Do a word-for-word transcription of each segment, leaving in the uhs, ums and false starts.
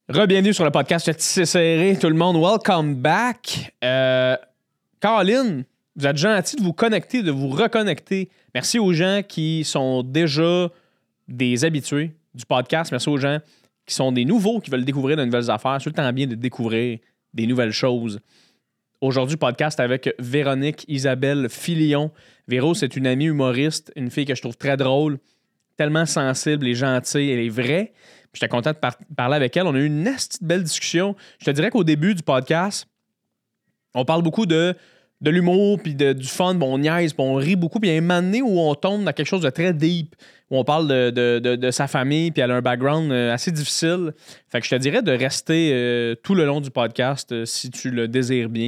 Re-bienvenue sur le podcast Tissé Serré, tout le monde. Welcome back. Euh, Caroline, vous êtes gentil de vous connecter, de vous reconnecter. Merci aux gens qui sont déjà des habitués du podcast. Merci aux gens qui sont des nouveaux, qui veulent découvrir de nouvelles affaires. C'est tout le temps bien de découvrir des nouvelles choses. Aujourd'hui, podcast avec Véronique Isabelle Filion. Véro, c'est une amie humoriste, une fille que je trouve très drôle, tellement sensible et gentille. Elle est vraie. J'étais content de par- parler avec elle. On a eu une petite belle discussion. Je te dirais qu'au début du podcast, on parle beaucoup de, de l'humour, puis de, du fun, puis on niaise, puis on rit beaucoup. Puis il y a un moment donné où on tombe dans quelque chose de très deep, où on parle de, de, de, de sa famille, puis elle a un background assez difficile. Fait que je te dirais de rester euh, tout le long du podcast, euh, si tu le désires bien.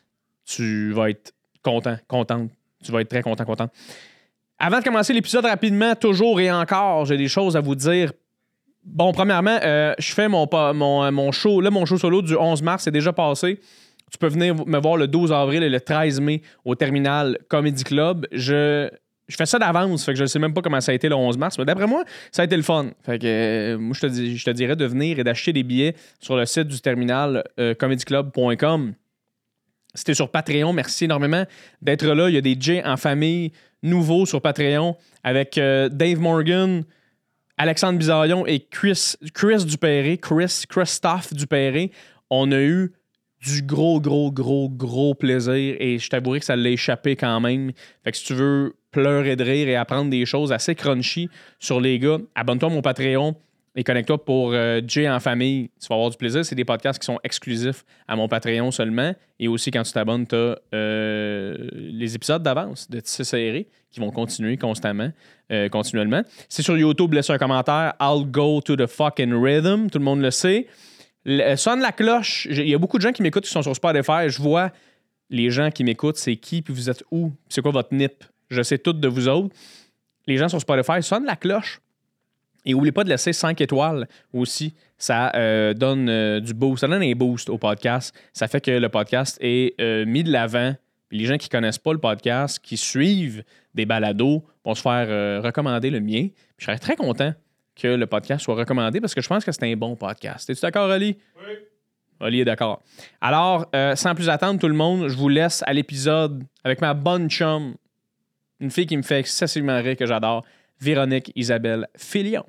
Tu vas être content, contente. Tu vas être très content, contente. Avant de commencer l'épisode rapidement, toujours et encore, j'ai des choses à vous dire. Bon, premièrement, euh, je fais mon, mon, mon show. Là, mon show solo du onze mars est déjà passé. Tu peux venir me voir le douze avril et le treize mai au Terminal Comedy Club. Je, je fais ça d'avance, fait que je ne sais même pas comment ça a été le onze mars, mais d'après moi, ça a été le fun. Fait que euh, moi, je te, dis, je te dirais de venir et d'acheter des billets sur le site du Terminal euh, comedy club point com. C'était sur Patreon. Merci énormément d'être là. Il y a des J en famille nouveaux sur Patreon avec euh, Dave Morgan, Alexandre Bizarillon et Chris, Chris Dupéré, Chris, Christophe Dupéré. On a eu du gros, gros, gros, gros plaisir et je t'avouerai que ça l'a échappé quand même. Fait que si tu veux pleurer de rire et apprendre des choses assez crunchy sur les gars, abonne-toi à mon Patreon et connecte-toi pour euh, J en famille. Tu vas avoir du plaisir. C'est des podcasts qui sont exclusifs à mon Patreon seulement. Et aussi, quand tu t'abonnes, tu as euh, les épisodes d'avance de Tissé Serré qui vont continuer constamment, euh, continuellement. C'est sur YouTube, laisse un commentaire. I'll go to the fucking rhythm. Tout le monde le sait. Le, sonne la cloche. Il y a beaucoup de gens qui m'écoutent qui sont sur Spotify. Je vois les gens qui m'écoutent, c'est qui, puis vous êtes où, c'est quoi votre N I P. Je sais tout de vous autres. Les gens sur Spotify, sonne la cloche. Et n'oubliez pas de laisser cinq étoiles aussi. Ça euh, donne euh, du boost. Ça donne un boost au podcast. Ça fait que le podcast est euh, mis de l'avant. Puis les gens qui ne connaissent pas le podcast, qui suivent des balados, vont se faire euh, recommander le mien. Puis je serais très content que le podcast soit recommandé parce que je pense que c'est un bon podcast. Es-tu d'accord, Oli? Oui. Oli est d'accord. Alors, euh, sans plus attendre, tout le monde, je vous laisse à l'épisode avec ma bonne chum, une fille qui me fait excessivement rire, que j'adore, Véronique Isabelle Filion.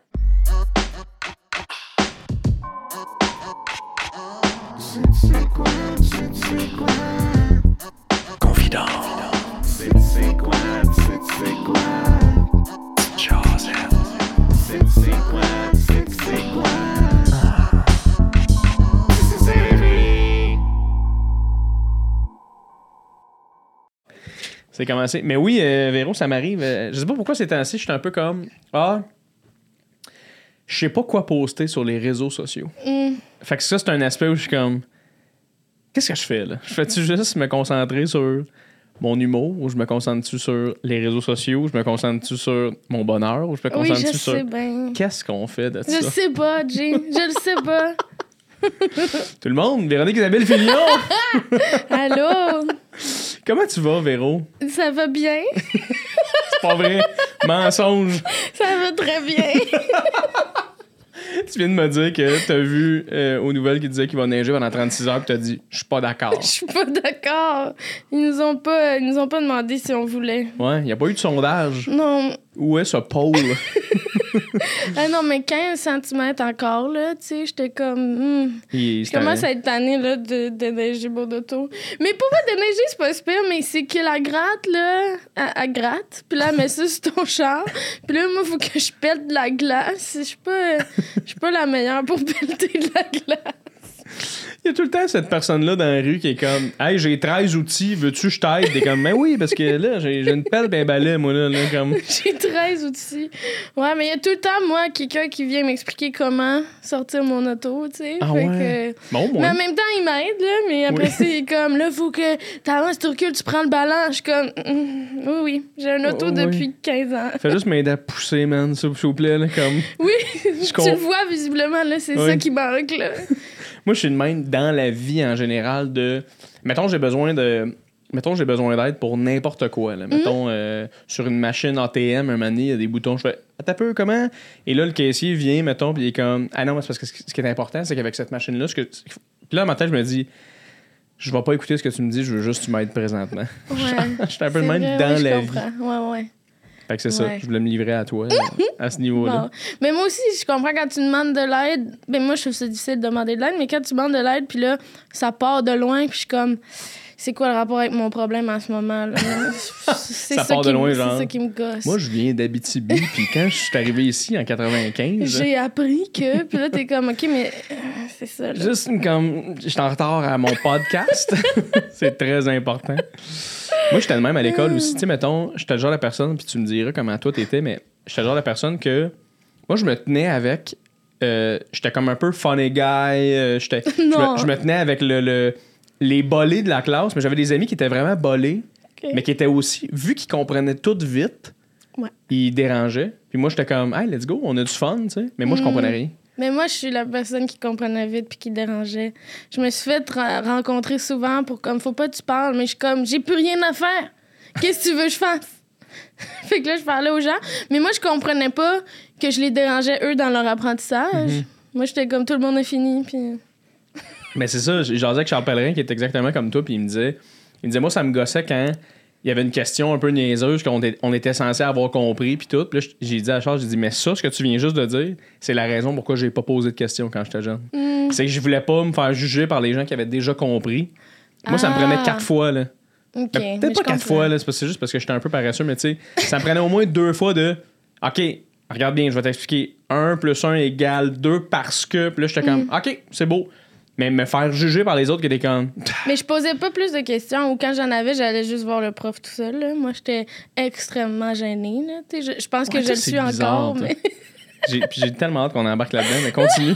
Confident. C'est quoi, c'est quoi? Joseph. C'est quoi, c'est quoi? C'est serré. C'est commencé. Mais oui, euh, Véro, ça m'arrive. Euh, je sais pas pourquoi ces temps-ci, je suis un peu comme ah, je sais pas quoi poster sur les réseaux sociaux. Mm. Fait que ça, c'est un aspect où je suis comme qu'est-ce que je fais là? Je fais-tu juste me concentrer sur mon humour ou je me concentre-tu sur les réseaux sociaux? Je me concentre-tu sur mon bonheur ou je me concentre-tu oui, je sur. Sais bien. Qu'est-ce qu'on fait de je ça? Je sais pas, Jay. Je le sais pas. Tout le monde, Véronique Isabelle Filion! Allô? Comment tu vas, Véro? Ça va bien. C'est pas vrai. Mensonge. Ça va très bien. Tu viens de me dire que t'as vu euh, aux nouvelles qui disaient qu'il va neiger pendant trente-six heures, puis t'as dit « Je suis pas d'accord ». Je suis pas d'accord. Ils nous ont pas, ils nous ont pas demandé si on voulait. Ouais, il n'y a pas eu de sondage. Non. Où est ce pôle? Ah non, mais quinze centimètres encore, là, tu sais, j'étais comme... Hmm. Je commence à être tannée, là, de, de neiger mon auto. Mais pour moi, de neiger, c'est pas super, mais c'est que la gratte, là, elle, elle gratte, puis là, elle met ça sur ton char, puis là, moi, il faut que je pète de la glace. Je suis pas, je suis pas la meilleure pour pelleter de la glace. Il y a tout le temps cette personne-là dans la rue qui est comme « Hey, j'ai treize outils, veux-tu que je t'aide? » T'es comme « Ben oui, parce que là, j'ai, j'ai une pelle et un balai, moi, là. là comme... » J'ai treize outils. Ouais, mais il y a tout le temps, moi, quelqu'un qui vient m'expliquer comment sortir mon auto, tu sais. Ah fait ouais? que... Bon, mais en même temps, il m'aide, là. Mais après, oui. C'est comme, là, faut que t'avances, tu recules, tu prends le ballon. Je suis comme, mm, oui, oui, j'ai un auto oh, depuis oui. quinze ans. Fais juste m'aider à pousser, man, s'il vous plaît, là, comme... Oui, tu comp... le vois visiblement, là, c'est oui. ça qui manque, là. Moi, je suis de même dans la vie en général de... Mettons, j'ai besoin de mettons, j'ai besoin d'aide pour n'importe quoi. Là. Mettons, mm-hmm. euh, sur une machine A T M, un moment donné, il y a des boutons. Je fais, attends un peu, comment? Et là, le caissier vient, mettons, puis il est comme, ah non, mais c'est parce que ce qui est important, c'est qu'avec cette machine-là, ce que... puis là, en même temps, je me dis, je vais pas écouter ce que tu me dis, je veux juste que tu m'aides présentement. Ouais. Je suis un peu même vrai, dans oui, la vie. Ouais, ouais. Fait que c'est ouais. ça, je voulais me livrer à toi à ce niveau-là. Bon. Mais moi aussi, je comprends quand tu demandes de l'aide. Ben moi, je trouve ça difficile de demander de l'aide, mais quand tu demandes de l'aide, puis là, ça part de loin, puis je suis comme, c'est quoi le rapport avec mon problème en ce moment? Là? C'est ça, ça part de loin, me, genre. C'est ça qui me gosse. Moi, je viens d'Abitibi, puis quand je suis arrivé ici en quatre-vingt-quinze... J'ai appris que... Puis là, t'es comme, OK, mais euh, c'est ça. Là. Juste comme... Je suis en retard à mon podcast. C'est très important. Moi, j'étais le même à l'école aussi. Tu sais, mettons, j'étais le genre de personne, puis tu me diras comment toi t'étais, mais j'étais le genre de personne que... Moi, je me tenais avec... Euh, j'étais comme un peu funny guy. Euh, j'étais, je, me, je me tenais avec le... le les bolés de la classe, mais j'avais des amis qui étaient vraiment bolés, okay. mais qui étaient aussi, vu qu'ils comprenaient tout vite, ouais. ils dérangeaient. Puis moi, j'étais comme, hey, let's go, on a du fun, tu sais. Mais moi, je comprenais rien. Mais moi, je suis la personne qui comprenait vite puis qui dérangeait. Je me suis fait ra- rencontrer souvent pour comme, faut pas que tu parles, mais je suis comme, j'ai plus rien à faire. Qu'est-ce que tu veux que je fasse? Fait que là, je parlais aux gens. Mais moi, je comprenais pas que je les dérangeais, eux, dans leur apprentissage. Mm-hmm. Moi, j'étais comme, tout le monde a fini, puis... Mais c'est ça, j'en disais avec Charles Pellerin qui est exactement comme toi, puis il me disait, il me disait, moi, ça me gossait quand il y avait une question un peu niaiseuse qu'on était, on était censé avoir compris, puis tout. Puis là, j'ai dit à Charles, j'ai dit, mais ça, ce que tu viens juste de dire, c'est la raison pourquoi j'ai pas posé de questions quand j'étais jeune. Mm. C'est que je voulais pas me faire juger par les gens qui avaient déjà compris. Moi, ah. ça me prenait quatre fois, là. Okay, mais peut-être pas quatre fois, là, c'est, c'est juste parce que j'étais un peu paresseux, mais tu sais, ça me prenait au moins deux fois de, OK, regarde bien, je vais t'expliquer, un plus un égale deux parce que, puis là, j'étais comme, mm. OK, c'est beau. Mais me faire juger par les autres qui étaient comme... Mais je posais pas plus de questions ou quand j'en avais, j'allais juste voir le prof tout seul. Là. Moi, j'étais extrêmement gênée. Là. Je, je pense que ouais, je le suis bizarre, encore. Mais... j'ai, puis j'ai tellement hâte qu'on embarque là-dedans, mais continue.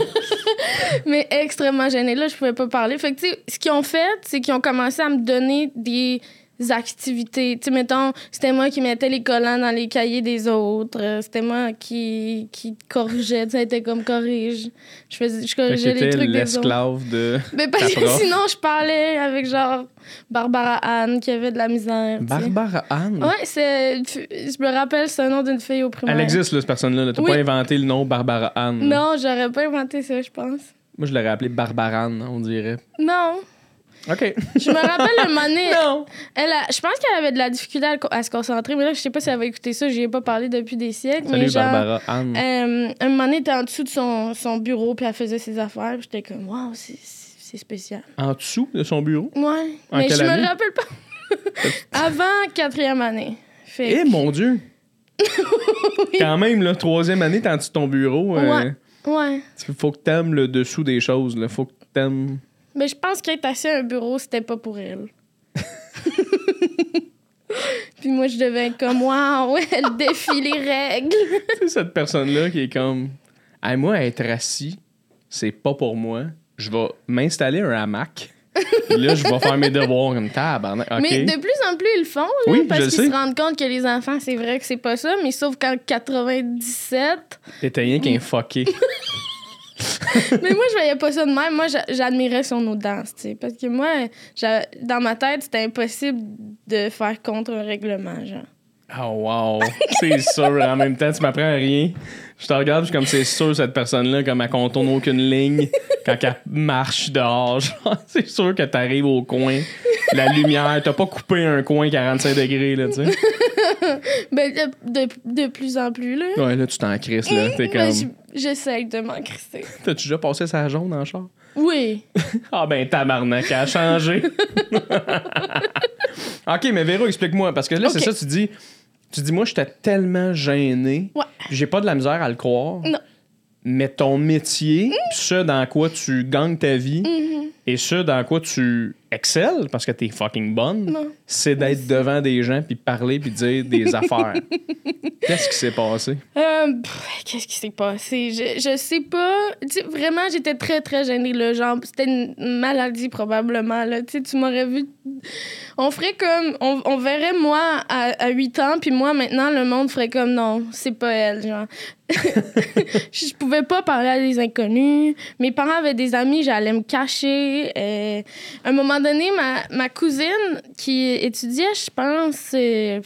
Mais extrêmement gênée. Là, je pouvais pas parler. Fait que, tu sais, ce qu'ils ont fait, c'est qu'ils ont commencé à me donner des activités. Tu sais, mettons, c'était moi qui mettais les collants dans les cahiers des autres. Euh, c'était moi qui, qui corrigeais. Tu sais, c'était comme corrige. Je, faisais, je corrigeais les trucs des autres. L'esclave de Mais parce que sinon, je parlais avec genre Barbara Anne qui avait de la misère. Barbara Anne? Ouais, c'est... Je me rappelle, c'est un nom d'une fille au primaire. Elle existe, là, cette personne-là. Là. T'as oui. pas inventé le nom Barbara Anne. Non, là. J'aurais pas inventé ça, je pense. Moi, je l'aurais appelé Barbarane, on dirait. Non. OK. Je me rappelle un moment donné, non. Elle a, je pense qu'elle avait de la difficulté à, à se concentrer, mais là, je sais pas si elle va écouter ça, j'y ai pas parlé depuis des siècles. Salut, mais genre, Barbara Anne. Euh, un moment donné, elle était en dessous de son, son bureau, puis elle faisait ses affaires, puis j'étais comme, waouh, c'est, c'est spécial. En dessous de son bureau? Ouais. En mais je année? Me rappelle pas. Avant quatrième année. Fait Eh, que... mon Dieu! Oui. Quand même, là, troisième année, t'es en dessous de ton bureau. Ouais. Euh... Ouais. Faut que t'aimes le dessous des choses, là. Faut que t'aimes... Mais je pense qu'être assis à un bureau, c'était pas pour elle. Puis moi, je devais être comme, waouh, elle défie les règles. Tu sais, cette personne-là qui est comme, hey, moi, être assis, c'est pas pour moi. Je vais m'installer un hamac. Là, je vais faire mes devoirs comme tabarnak. Okay. Mais de plus en plus, ils le font, là, oui, parce qu'ils sais. se rendent compte que les enfants, c'est vrai que c'est pas ça, mais sauf qu'en quatre-vingt-dix-sept... T'étais rien qu'un fucké. Mais moi, je voyais pas ça de même. Moi, j'admirais son audace, tu sais. Parce que moi, dans ma tête, c'était impossible de faire contre un règlement, genre. Oh, wow! C'est sûr. En même temps, tu m'apprends rien. Je te regarde, je suis comme, c'est sûr, cette personne-là, comme elle contourne aucune ligne quand elle marche dehors. Genre, c'est sûr que t'arrives au coin. La lumière, t'as pas coupé un coin quarante-cinq degrés, là, tu sais. Ben, de, de, de plus en plus, là. Ouais, là, tu t'en crisses, là. T'es comme... Ben, j'essaie de m'en crisser. T'as-tu déjà passé sa jaune en char? Oui. Ah ben, tabarnak, elle a changé. OK, mais Véro, explique-moi. Parce que là, okay. c'est ça, tu dis... Tu dis, moi, j'étais tellement gêné. Ouais. J'ai pas de la misère à le croire. Non. Mais ton métier, mmh. ce dans quoi tu gagnes ta vie, mmh. et ce dans quoi tu excelles, parce que t'es fucking bonne, non. c'est d'être Merci. Devant des gens, puis parler, puis dire des affaires. Qu'est-ce qui s'est passé? Euh, pff, qu'est-ce qui s'est passé? Je, je sais pas. T'sais, vraiment, j'étais très, très gênée. Là, genre, c'était une maladie, probablement. Là. Tu m'aurais vu... On ferait comme... On, on verrait, moi, à, à huit ans, puis moi, maintenant, le monde ferait comme, non, c'est pas elle, genre. Je pouvais pas parler à des inconnus. Mes parents avaient des amis, j'allais me cacher. sais. Euh, à un moment donné, ma, ma cousine qui étudiait, je pense, euh,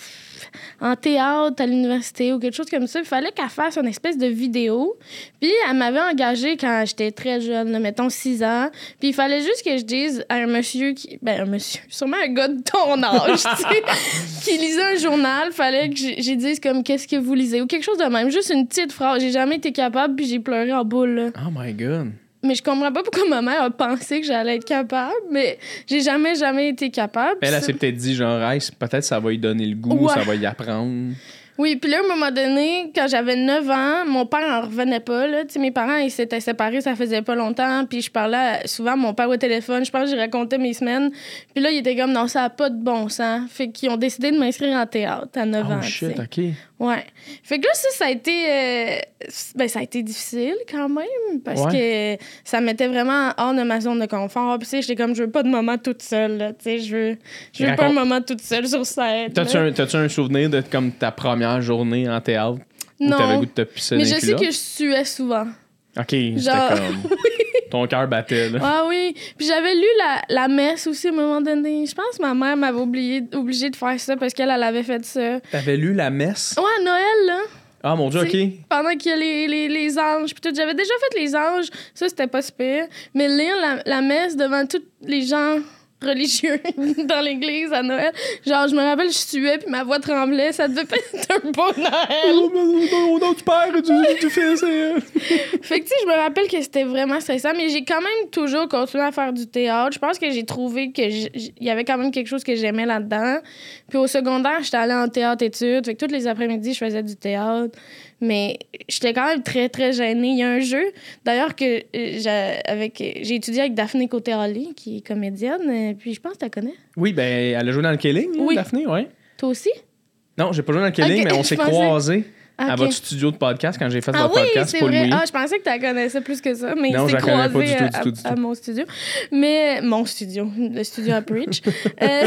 en théâtre à l'université ou quelque chose comme ça, il fallait qu'elle fasse une espèce de vidéo. Puis elle m'avait engagée quand j'étais très jeune, là, mettons six ans. Puis il fallait juste que je dise à un monsieur qui... Ben, un monsieur, sûrement un gars de ton âge, tu sais, qui lisait un journal. Il fallait que j'ai dise comme « Qu'est-ce que vous lisez? » ou quelque chose de même. Juste une petite phrase. J'ai jamais été capable, puis j'ai pleuré en boule, là. Oh my God! Mais je comprends pas pourquoi ma mère a pensé que j'allais être capable, mais j'ai jamais, jamais été capable. Elle, elle s'est peut-être dit, genre, hey, peut-être ça va lui donner le goût, ouais. ça va y apprendre. Oui, puis là, à un moment donné, quand j'avais neuf ans, mon père en revenait pas, là. Tu sais, mes parents, ils s'étaient séparés, ça faisait pas longtemps, puis je parlais souvent à mon père au téléphone. Je pense que j'ai raconté mes semaines. Puis là, il était comme, non, ça a pas de bon sens. Fait qu'ils ont décidé de m'inscrire en théâtre à neuf oh, ans. Oh shit, t'sais. OK. Ouais. Fait que là, ça, ça a été... Euh, ben, ça a été difficile, quand même, parce ouais. que ça me mettait vraiment hors de ma zone de confort. Puis, tu sais, j'étais comme, je veux pas de moment toute seule, là. Tu sais, je veux, je veux raconte... pas un moment toute seule sur scène. T'as-tu un, t'as-tu un souvenir de comme ta première journée en théâtre? Non. Où t'avais le goût de te pisser mais dans je les sais culottes? que je suais souvent. OK, genre... c'était comme... Ton cœur battait, là. Ah oui. Puis j'avais lu la, la messe aussi à un moment donné. Je pense que ma mère m'avait obligé, obligé de faire ça parce qu'elle, elle avait fait ça. T'avais lu la messe? Ouais, à Noël, là. Ah, mon Dieu, t'sais, OK. Pendant qu'il y a les, les, les anges. Puis tout, j'avais déjà fait les anges. Ça, c'était pas super. Mais lire la, la messe devant tous les gens religieux dans l'église à Noël, genre, je me rappelle, je suais puis ma voix tremblait. Ça devait être un beau Noël. Au nom du Père et du, du Fils. Fait que, tu sais, je me rappelle que c'était vraiment stressant, mais j'ai quand même toujours continué à faire du théâtre. Je pense que j'ai trouvé qu'il y avait quand même quelque chose que j'aimais là-dedans. Puis au secondaire, j'étais allée en théâtre-études. Fait que tous les après-midi, je faisais du théâtre. Mais j'étais quand même très, très gênée. Il y a un jeu, d'ailleurs, que j'ai, avec, j'ai étudié avec Daphné Côté-Raleigh, qui est comédienne. Puis je pense que tu la connais. Oui, ben elle a joué dans le Killing, oui. Daphné, oui. Toi aussi? Non, j'ai pas joué dans le Killing, okay, mais on s'est pensais... croisés okay. à votre studio de podcast quand j'ai fait ah votre oui, podcast. C'est vrai. Ah, je pensais que tu la connaissais plus que ça, mais non, c'est croisé pas du tout, à, du tout, du tout. à, à mon studio. Mais mon studio, le studio à Preach. euh,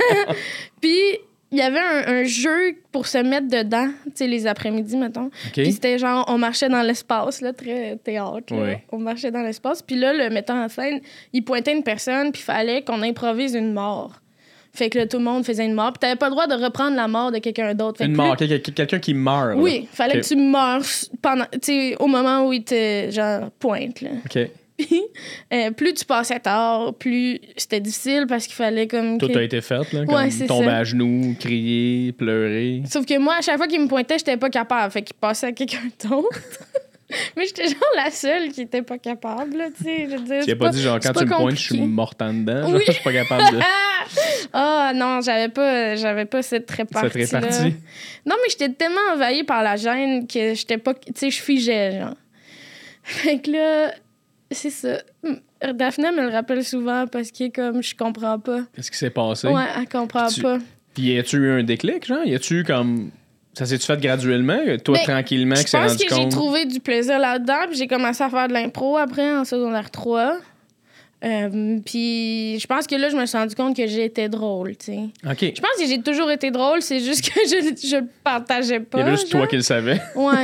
Puis... il y avait un, un jeu pour se mettre dedans, tu sais, les après-midi, mettons. Okay. Puis c'était genre, on marchait dans l'espace, là, très théâtre. Là. Ouais. On marchait dans l'espace. Puis là, le metteur en scène, il pointait une personne, puis il fallait qu'on improvise une mort. Fait que là, tout le monde faisait une mort. Puis t'avais pas le droit de reprendre la mort de quelqu'un d'autre. Fait une mort, plus... quelqu'un qui meurt. Là. Oui, fallait okay. que tu meurs pendant, tu sais, au moment où il te, genre, pointe, là. OK. Puis, euh, plus tu passais tard, plus c'était difficile parce qu'il fallait comme... Tout que... a été fait, là, comme ouais, c'est tomber ça. à genoux, crier, pleurer. Sauf que moi, à chaque fois qu'il me pointait, j'étais pas capable. Fait qu'il passait à quelqu'un d'autre. Mais j'étais genre la seule qui était pas capable, là, tu sais. Je veux dire, tu n'as pas, pas dit, genre, quand tu me pointes, je suis morte en dedans. Genre, oui. je suis pas capable de... Ah, oh, non, j'avais pas, j'avais pas cette répartie. Cette répartie. Non, mais j'étais tellement envahie par la gêne que j'étais pas... Tu sais, je figeais, genre. Fait que là... C'est ça. Daphné me le rappelle souvent parce qu'il est comme, je comprends pas. Qu'est-ce qui s'est passé? Ouais, elle comprend tu... pas. Puis y a-tu eu un déclic, genre? Y a-tu comme... Ça s'est-tu fait graduellement? Toi, ben, tranquillement, que c'est rendu compte? Je pense que j'ai trouvé du plaisir là-dedans, puis j'ai commencé à faire de l'impro après, en secondaire trois. Euh, puis je pense que là, je me suis rendu compte que j'étais drôle, tu sais. OK. Je pense que j'ai toujours été drôle, c'est juste que je, je partageais pas. Il y avait juste genre. toi qui le savais. Ouais.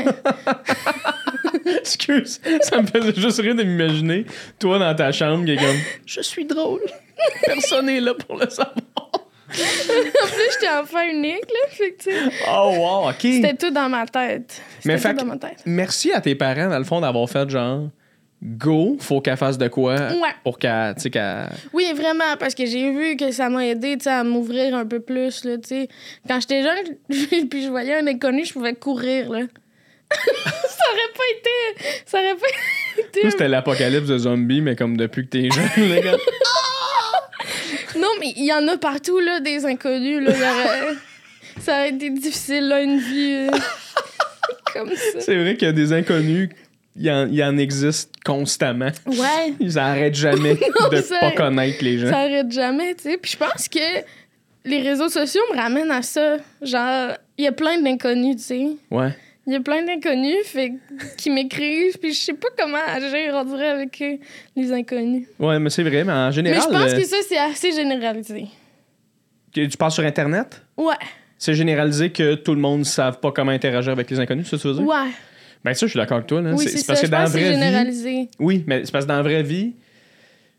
Excuse, ça me faisait juste rire de m'imaginer, toi dans ta chambre, qui est comme « Je suis drôle. Personne n'est là pour le savoir. » En plus, j'étais enfant unique, là. Fait que, tu sais. Oh, wow, OK. C'était tout dans ma tête. C'était Mais tout fait, dans ma tête. Merci à tes parents, dans le fond, d'avoir fait genre go, faut qu'elle fasse de quoi ouais. pour qu'elle, tu sais, qu'elle... Oui, vraiment, parce que j'ai vu que ça m'a aidé, tu sais, à m'ouvrir un peu plus, là, tu sais. Quand j'étais jeune, puis je voyais un inconnu, je pouvais courir, là. Ça aurait pas été... Ça aurait pas été... Toi, c'était l'apocalypse de zombies, mais comme depuis que t'es jeune, les gars. Non, mais il y en a partout, là, des inconnus, là. Aurait... Ça aurait été difficile, là, une vie euh... comme ça. C'est vrai qu'il y a des inconnus... Il en, il en existe constamment. Ouais. Ils n'arrêtent jamais non, de ça, pas connaître les gens. Ça arrête jamais, tu sais. Puis je pense que les réseaux sociaux me ramènent à ça. Genre, il y a plein d'inconnus, tu sais. Ouais. Il y a plein d'inconnus fait, qui m'écrivent, puis je sais pas comment agir, on dirait, avec euh, les inconnus. Ouais, mais c'est vrai, mais en général... Mais je pense euh... que ça, c'est assez généralisé. Que tu parles sur Internet? Ouais. C'est généralisé que tout le monde ne savent pas comment interagir avec les inconnus, c'est ça que tu veux dire? Ouais. Ben ça, je suis d'accord avec toi. Là. Oui, c'est, c'est, c'est parce ça. que dans la vraie généralisé. vie... Oui, mais c'est parce que dans la vraie vie,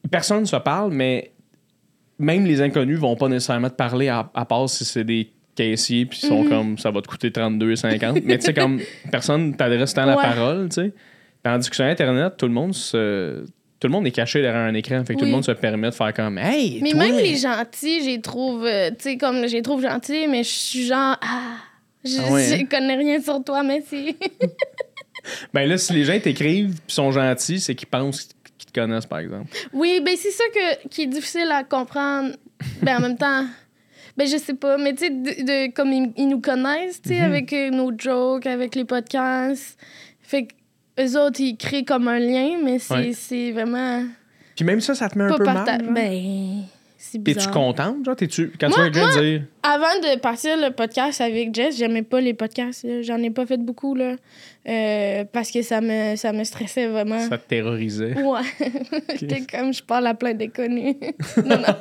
personne ne se parle, mais même les inconnus vont pas nécessairement te parler, à, à part si c'est des caissiers, puis ils sont mm-hmm. comme, ça va te coûter trente-deux cinquante. Mais tu sais, comme, personne t'adresse tant ouais. la parole, tu sais. Tandis que sur Internet, tout le monde se... Tout le monde est caché derrière un écran, fait que oui. tout le monde se permet de faire comme « Hey, mais toi! » même les gentils, je les trouve, euh, tu sais, comme je les trouve gentils, mais je suis genre « Ah, je, ah ouais, je hein? connais rien sur toi, merci. » Ben là, si les gens t'écrivent pis sont gentils, c'est qu'ils pensent qu'ils te connaissent, par exemple. Oui, ben c'est ça que, qui est difficile à comprendre. Ben en même temps, ben je sais pas, mais tu sais, de, de, comme ils, ils nous connaissent, tu sais, mm-hmm. avec euh, nos jokes, avec les podcasts, fait que eux autres, ils créent comme un lien, mais c'est, ouais. c'est vraiment... Puis même ça, ça te met un peu parta- mal? Ben, c'est bizarre. T'es-tu contente, genre? T'es-tu... Quand moi, tu vas moi, dire... Avant de partir le podcast avec Jess, j'aimais pas les podcasts. Là. J'en ai pas fait beaucoup, là. Euh, parce que ça me, ça me stressait vraiment. Ça te terrorisait? Ouais. Okay. J'étais comme, je parle à plein d'inconnus. non, non.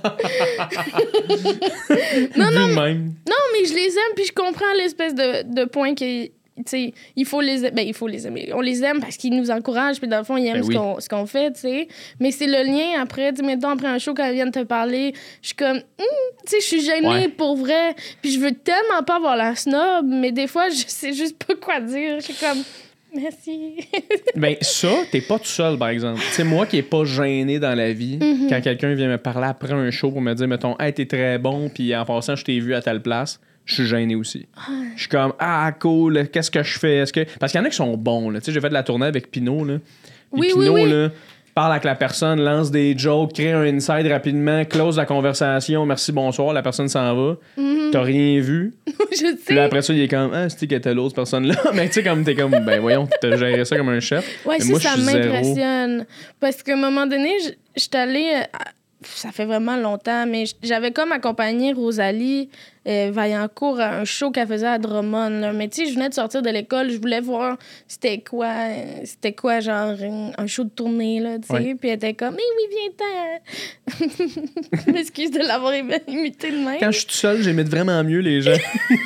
non, non, même. Non, mais je les aime, puis je comprends l'espèce de, de point qui... T'sais, il faut les ben il faut les aimer. On les aime parce qu'ils nous encouragent, puis dans le fond, ils aiment ben oui. ce, qu'on, ce qu'on fait, tu sais. Mais c'est le lien après, tu sais, mettons, après un show, quand ils viennent te parler, je suis comme, hm, tu sais, je suis gênée ouais. pour vrai. Puis je veux tellement pas avoir la snob, mais des fois, je sais juste pas quoi dire. Je suis comme, merci. Ben ça, t'es pas tout seul, par exemple. Tu sais, moi qui est pas gêné dans la vie, mm-hmm. quand quelqu'un vient me parler après un show pour me dire, mettons, hey, t'es très bon, puis en passant, je t'ai vu à telle place. Je suis gêné aussi. Je suis comme, ah, cool, qu'est-ce que je fais? Est-ce que... Parce qu'il y en a qui sont bons. Là. Tu sais, j'ai fait de la tournée avec Pinot. Là. Oui, Pinot, oui, oui. Là, parle avec la personne, lance des jokes, crée un inside rapidement, close la conversation, merci, bonsoir, la personne s'en va. Mm-hmm. T'as rien vu. Je sais. Puis là, après ça, il est comme, ah, c'est qui était l'autre personne-là. Mais tu sais, comme t'es comme, ben voyons, t'as géré ça comme un chef. Ouais, mais ça, moi, ça m'impressionne. Zéro. Parce qu'à un moment donné, j'étais allée. À... Ça fait vraiment longtemps, mais j'avais comme accompagné Rosalie euh, Vaillancourt à un show qu'elle faisait à Drummond. Là. Mais tu sais, je venais de sortir de l'école, je voulais voir c'était quoi, c'était quoi genre un show de tournée, là, tu sais. Ouais. Puis elle était comme, mais oui, viens-t'en. Je m'excuse de l'avoir imité de même. Quand je suis tout seul, j'imite vraiment mieux les gens.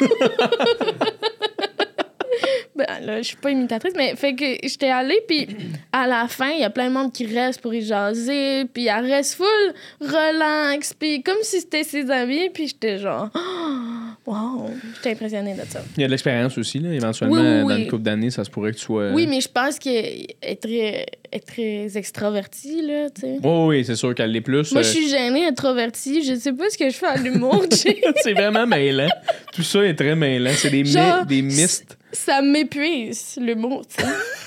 Ben là, je suis pas imitatrice, mais fait que j'étais allée, puis à la fin, il y a plein de monde qui reste pour y jaser, puis elle reste full relax, puis comme si c'était ses amis, puis j'étais genre, oh, wow, j'étais impressionnée de ça. Il y a de l'expérience aussi, là, éventuellement, oui, oui, oui. Dans une couple d'années, ça se pourrait que tu sois... Oui, mais je pense qu'elle est très, est très extravertie, là, tu sais. Oui, oui, c'est sûr qu'elle l'est plus. Moi, euh... je suis gênée, introvertie, je sais pas ce que je fais à l'humour. C'est vraiment mêlant. Tout ça est très mêlant. C'est des, genre, mi- des mistes. Ça m'épuise, le mot, tu sais.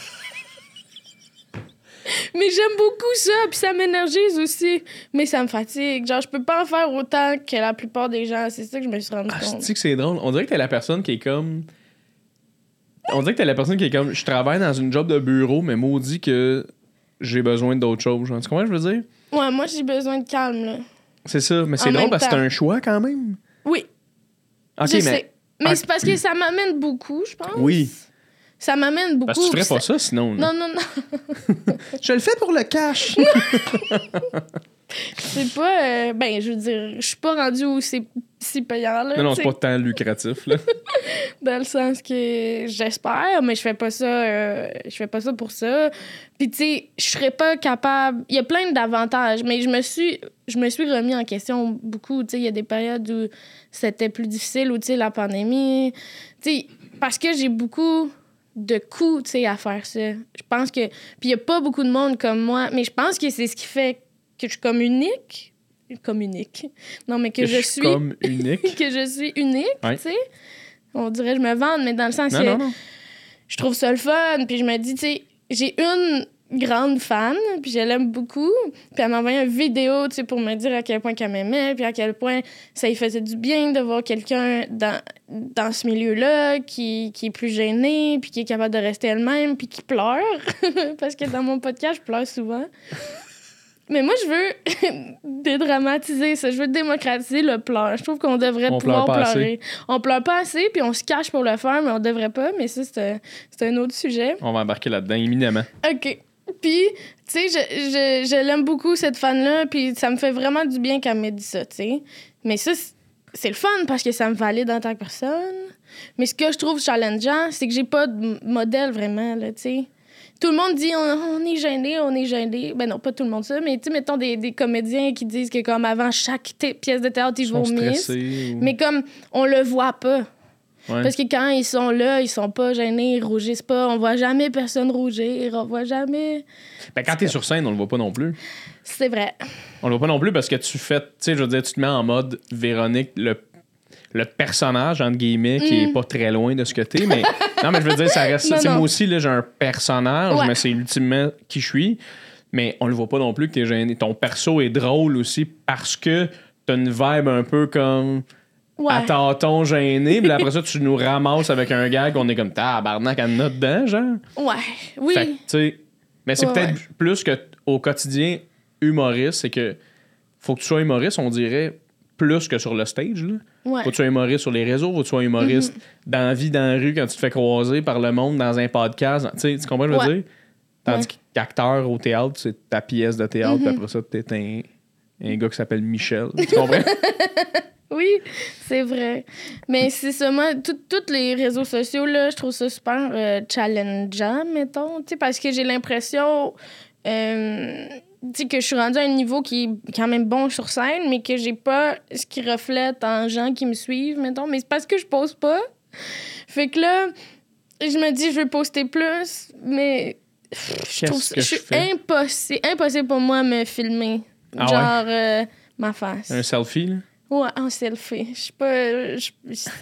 Mais j'aime beaucoup ça, puis ça m'énergise aussi. Mais ça me fatigue. Genre, je peux pas en faire autant que la plupart des gens. C'est ça que je me suis rendu ah, compte. Je dis que c'est drôle. On dirait que t'es la personne qui est comme... On dirait que t'es la personne qui est comme... Je travaille dans une job de bureau, mais maudit que j'ai besoin d'autre chose. Genre. Tu comprends ce que je veux dire? Ouais, moi, j'ai besoin de calme, là. C'est ça. Mais c'est en drôle parce que c'est un choix, quand même. Oui. OK, je mais... sais. Mais ah, c'est parce que ça m'amène beaucoup, je pense. Oui. Ça m'amène beaucoup. Parce que tu ferais ça... pas ça, sinon. Là. Non, non, non. Je le fais pour le cash. C'est pas... Euh, ben, je veux dire, je suis pas rendue où c'est si payant, là. Non, non, c'est pas tant lucratif, là. Dans le sens que j'espère, mais je fais pas ça... Euh, je fais pas ça pour ça. Puis, tu sais, je serais pas capable... Il y a plein d'avantages, mais je me suis... Je me suis remis en question beaucoup. Tu sais, il y a des périodes où c'était plus difficile, où, tu sais, la pandémie... Tu sais, parce que j'ai beaucoup... de coups, tu sais, à faire ça. Je pense que... Puis il y a pas beaucoup de monde comme moi, mais je pense que c'est ce qui fait que je suis comme unique. Comme unique. Non, mais que, que je, je suis... comme unique. que je suis unique, ouais. Tu sais. On dirait que je me vante, mais dans le sens non, que... Non, non. Je trouve ça le fun, puis je me dis, tu sais, j'ai une grande fan, puis je l'aime beaucoup, puis elle m'a envoyé une vidéo, tu sais, pour me dire à quel point qu'elle m'aimait, puis à quel point ça lui faisait du bien de voir quelqu'un dans, dans ce milieu-là qui, qui est plus gêné, puis qui est capable de rester elle-même, puis qui pleure, parce que dans mon podcast, je pleure souvent. Mais moi, je veux dédramatiser ça. Je veux démocratiser le pleur. Je trouve qu'on devrait on pouvoir pleurer. Assez. On pleure pas assez, puis on se cache pour le faire, mais on devrait pas. Mais ça, c'est un, c'est un autre sujet. On va embarquer là-dedans, éminemment. OK. Puis, tu sais, je, je, je l'aime beaucoup, cette fan-là, puis ça me fait vraiment du bien qu'elle m'ait dit ça, tu sais. Mais ça, c'est le fun parce que ça me valide en tant que personne. Mais ce que je trouve challengeant, c'est que j'ai pas de modèle vraiment, là, tu sais. tout le monde dit on, on est gêné, on est gêné. Ben non, pas tout le monde ça, mais tu sais, mettons des, des comédiens qui disent que comme avant chaque t- pièce de théâtre, ils vomissent. Ou... Mais comme on le voit pas. Ouais. Parce que quand ils sont là, ils sont pas gênés, ils rougissent pas. On voit jamais personne rougir, on voit jamais... Ben quand t'es sur scène, on le voit pas non plus. C'est vrai. On le voit pas non plus parce que tu fais, tu sais, je veux dire, tu te mets en mode Véronique, le, le personnage, entre guillemets, mm. qui est pas très loin de ce que t'es, mais... non, mais je veux dire, ça reste... Tu sais, moi aussi, là, j'ai un personnage, ouais. mais c'est ultimement qui je suis. Mais on le voit pas non plus que t'es gêné. Ton perso est drôle aussi parce que t'as une vibe un peu comme... Ouais. À tâton gêné, puis après ça, tu nous ramasses avec un gag, on est comme tabarnak à notre dedans, genre. Ouais, oui. Fait que, tu sais, mais c'est ouais, peut-être ouais. plus qu'au quotidien humoriste, c'est que faut que tu sois humoriste, on dirait, plus que sur le stage, là. Ouais. Faut que tu sois humoriste sur les réseaux, faut que tu sois humoriste mm-hmm. dans la vie, dans la rue, quand tu te fais croiser par le monde, dans un podcast. Tu sais, tu comprends ce que je veux ouais. dire? Tandis ouais. qu'acteur au théâtre, c'est ta pièce de théâtre, mm-hmm. puis après ça, t'es un, un gars qui s'appelle Michel. Tu comprends? Oui, c'est vrai. Mais c'est ça, moi, tous les réseaux sociaux, là, je trouve ça super euh, challengeant, mettons, tu sais, parce que j'ai l'impression euh, que je suis rendue à un niveau qui est quand même bon sur scène, mais que j'ai pas ce qui reflète en gens qui me suivent, mettons. Mais c'est parce que je pose pas. Fait que là, je me dis, je veux poster plus, mais je trouve ça, je suis impossible, impossible pour moi de me filmer. Ah genre, ouais? euh, ma face. Un selfie, là? Ouais, un selfie. Je sais pas. Je,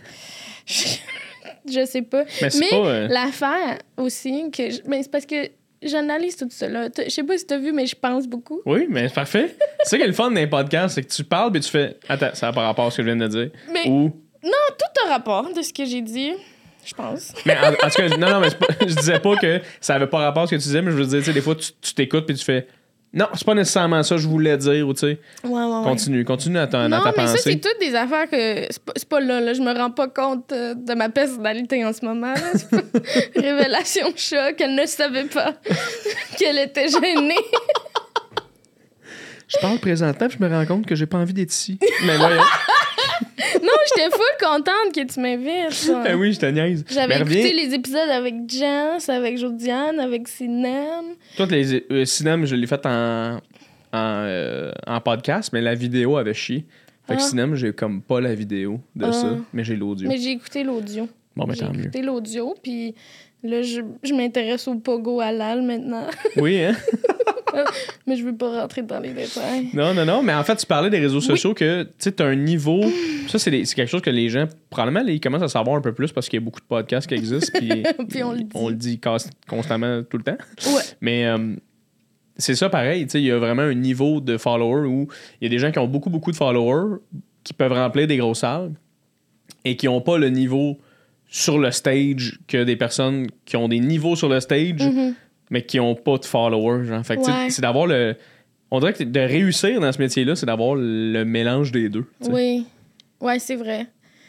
je, je sais pas. Mais, mais pas, euh... l'affaire aussi, que je, mais c'est parce que j'analyse tout ça. Là. Je sais pas si t'as vu, mais je pense beaucoup. Oui, mais c'est parfait. C'est ça qui est le fun d'un podcast, c'est que tu parles, puis tu fais. Attends, ça n'a pas rapport à ce que je viens de dire. Mais, Ou... Non, tout a rapport de ce que j'ai dit. Je pense. Mais en, en tout cas, non, non, mais pas, je disais pas que ça avait pas rapport à ce que tu disais, mais je veux dire, tu sais, des fois, tu, tu t'écoutes, puis tu fais. Non, c'est pas nécessairement ça que je voulais dire, ou tu sais. Ouais, ouais, ouais. Continue, continue à, ta, non, à ta pensée. Non, mais ça, c'est toutes des affaires que... C'est pas, c'est pas là, là, je me rends pas compte euh, de ma personnalité en ce moment, là. C'est pas... Révélation choc, elle ne savait pas qu'elle était gênée. Je parle présentement, puis je me rends compte que j'ai pas envie d'être ici. Mais voyons. Non, j'étais full contente que tu m'invites. Ben oui, je te niaise. J'avais mais écouté reviens... les épisodes avec Jess, avec Josiane, avec Sinem. Toi, les euh, Sinem, je l'ai fait en, en, euh, en podcast, mais la vidéo avait chié. Fait que ah. Sinem, j'ai comme pas la vidéo de ah. ça, mais j'ai l'audio. Mais j'ai écouté l'audio. Bon, ben tant mieux. J'ai écouté l'audio, puis là, je, je m'intéresse au pogo halal maintenant. Oui, hein? Mais je veux pas rentrer dans les détails. Non, non, non. Mais en fait, tu parlais des réseaux sociaux oui. que, tu sais, t'as un niveau... Ça, c'est, des, c'est quelque chose que les gens, probablement, ils commencent à savoir un peu plus parce qu'il y a beaucoup de podcasts qui existent. Puis, puis on le dit. On le dit constamment tout le temps. Ouais. Mais euh, c'est ça pareil. Tu sais, il y a vraiment un niveau de followers où il y a des gens qui ont beaucoup, beaucoup de followers qui peuvent remplir des grosses salles et qui n'ont pas le niveau sur le stage que des personnes qui ont des niveaux sur le stage... Mm-hmm. mais qui n'ont pas de followers. Genre. Fait que, ouais. c'est d'avoir le... On dirait que de réussir dans ce métier-là, c'est d'avoir le mélange des deux. T'sais. Oui. Ouais, c'est vrai.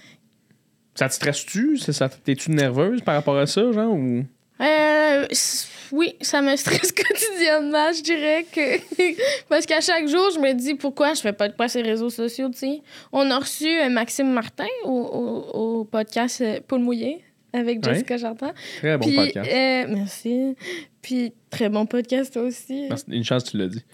Ça te stresse-tu? Ça, t'es-tu nerveuse par rapport à ça, genre? Ou... Euh, oui, ça me stresse quotidiennement, je dirais que... Parce qu'à chaque jour, je me dis pourquoi je fais pas de quoi sur les réseaux sociaux, tu sais. On a reçu Maxime Martin au, au, au podcast Poule mouillée avec Jessica ouais. Jardin. Très bon Puis, podcast. Euh, merci. Puis, très bon podcast aussi. Une chance, tu l'as dit.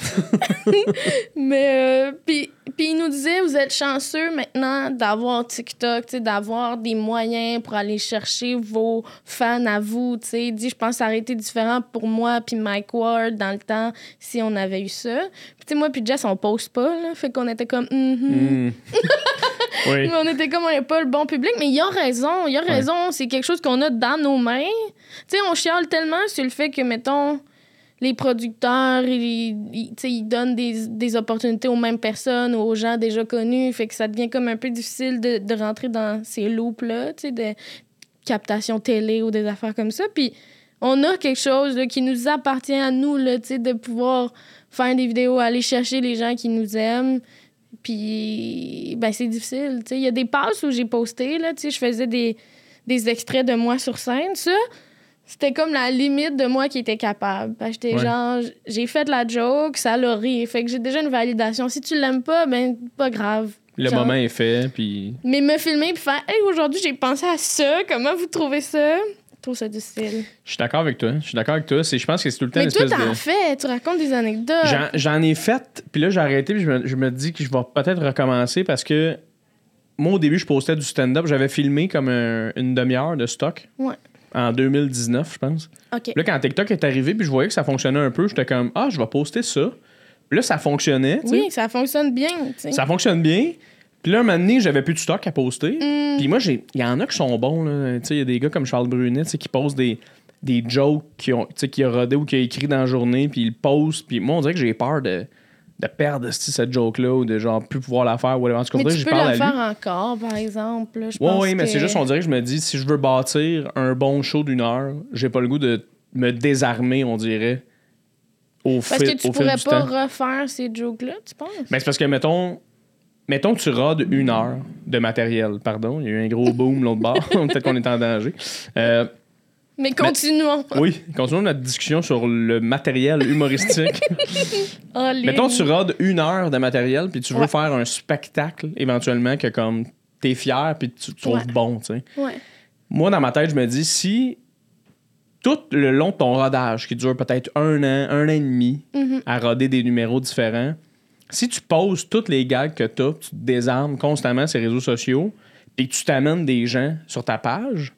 Mais, euh, puis, puis, il nous disait, vous êtes chanceux maintenant d'avoir TikTok, d'avoir des moyens pour aller chercher vos fans à vous. T'sais. Il dit, je pense que ça aurait été différent pour moi puis Mike Ward dans le temps si on avait eu ça. Puis, moi puis Jess, on poste pas, là. Fait qu'on était comme, mm-hmm. mm. Oui. Mais on était comme, on n'est pas le bon public. Mais il a raison, il a raison. Ouais. C'est quelque chose qu'on a dans nos mains. Tu sais, on chiale tellement sur le fait que, mettons, les producteurs, ils, ils, ils donnent des, des opportunités aux mêmes personnes ou aux gens déjà connus. Fait que ça devient comme un peu difficile de, de rentrer dans ces loops-là, tu sais, de captation télé ou des affaires comme ça. Puis on a quelque chose là, qui nous appartient à nous, là, tu sais, de pouvoir faire des vidéos, aller chercher les gens qui nous aiment. Puis, ben, c'est difficile, tu sais. Il y a des passes où j'ai posté, là, tu sais, je faisais des, des extraits de moi sur scène. Ça, c'était comme la limite de moi qui était capable. Parce que j'étais ouais. genre, j'ai fait la joke, ça l'a ri. Fait que j'ai déjà une validation. Si tu l'aimes pas, ben, pas grave. Le genre, moment est fait, puis... Mais me filmer puis faire « Hey, aujourd'hui, j'ai pensé à ça. Comment vous trouvez ça? » trop ça difficile. Je suis d'accord avec toi. Je suis d'accord avec toi. C'est, je pense que c'est tout le temps mais une espèce toi, t'en de... fais. Tu racontes des anecdotes. J'en, j'en ai fait, puis là, j'ai arrêté, puis je me, je me dis que je vais peut-être recommencer parce que moi, au début, je postais du stand-up. J'avais filmé comme un, une demi-heure de stock. Ouais. En deux mille dix-neuf, je pense. OK. Là, quand TikTok est arrivé, puis je voyais que ça fonctionnait un peu, j'étais comme, ah, je vais poster ça. Puis là, ça fonctionnait. Oui, t'sais. Ça fonctionne bien. T'sais. Ça fonctionne bien. Puis là, un moment donné, j'avais plus de stock à poster. Mm. Puis moi, il y en a qui sont bons. Il y a des gars comme Charles Brunet qui posent des, des jokes qui ont, qui a rodé ou qui a écrit dans la journée, puis ils le postent. Puis moi, on dirait que j'ai peur de, de perdre cette joke-là ou de genre plus pouvoir la faire. Ou en tout cas, mais tu je peux parle la à lui. faire encore, par exemple. Là, je oui, pense oui, mais que... c'est juste, on dirait que je me dis, si je veux bâtir un bon show d'une heure, j'ai pas le goût de me désarmer, on dirait, au Parce fil, que tu au fil pourrais du pas temps. refaire ces jokes-là, tu penses? Mais c'est parce que, mettons, mettons que tu rodes une heure de matériel. Pardon, il y a eu un gros boom l'autre bord. Peut-être qu'on est en danger. Euh, mais continuons. Mais, oui, continuons notre discussion sur le matériel humoristique. Oh, les... Mettons que tu rodes une heure de matériel puis tu veux ouais. faire un spectacle éventuellement que comme t'es fier puis tu, tu trouves ouais. bon, tu sais. Ouais. Moi, dans ma tête, je me dis, si tout le long de ton rodage, qui dure peut-être un an, un an et demi, mm-hmm. à roder des numéros différents, si tu poses toutes les gags que t'as, tu te désarmes constamment ces réseaux sociaux, puis que tu t'amènes des gens sur ta page,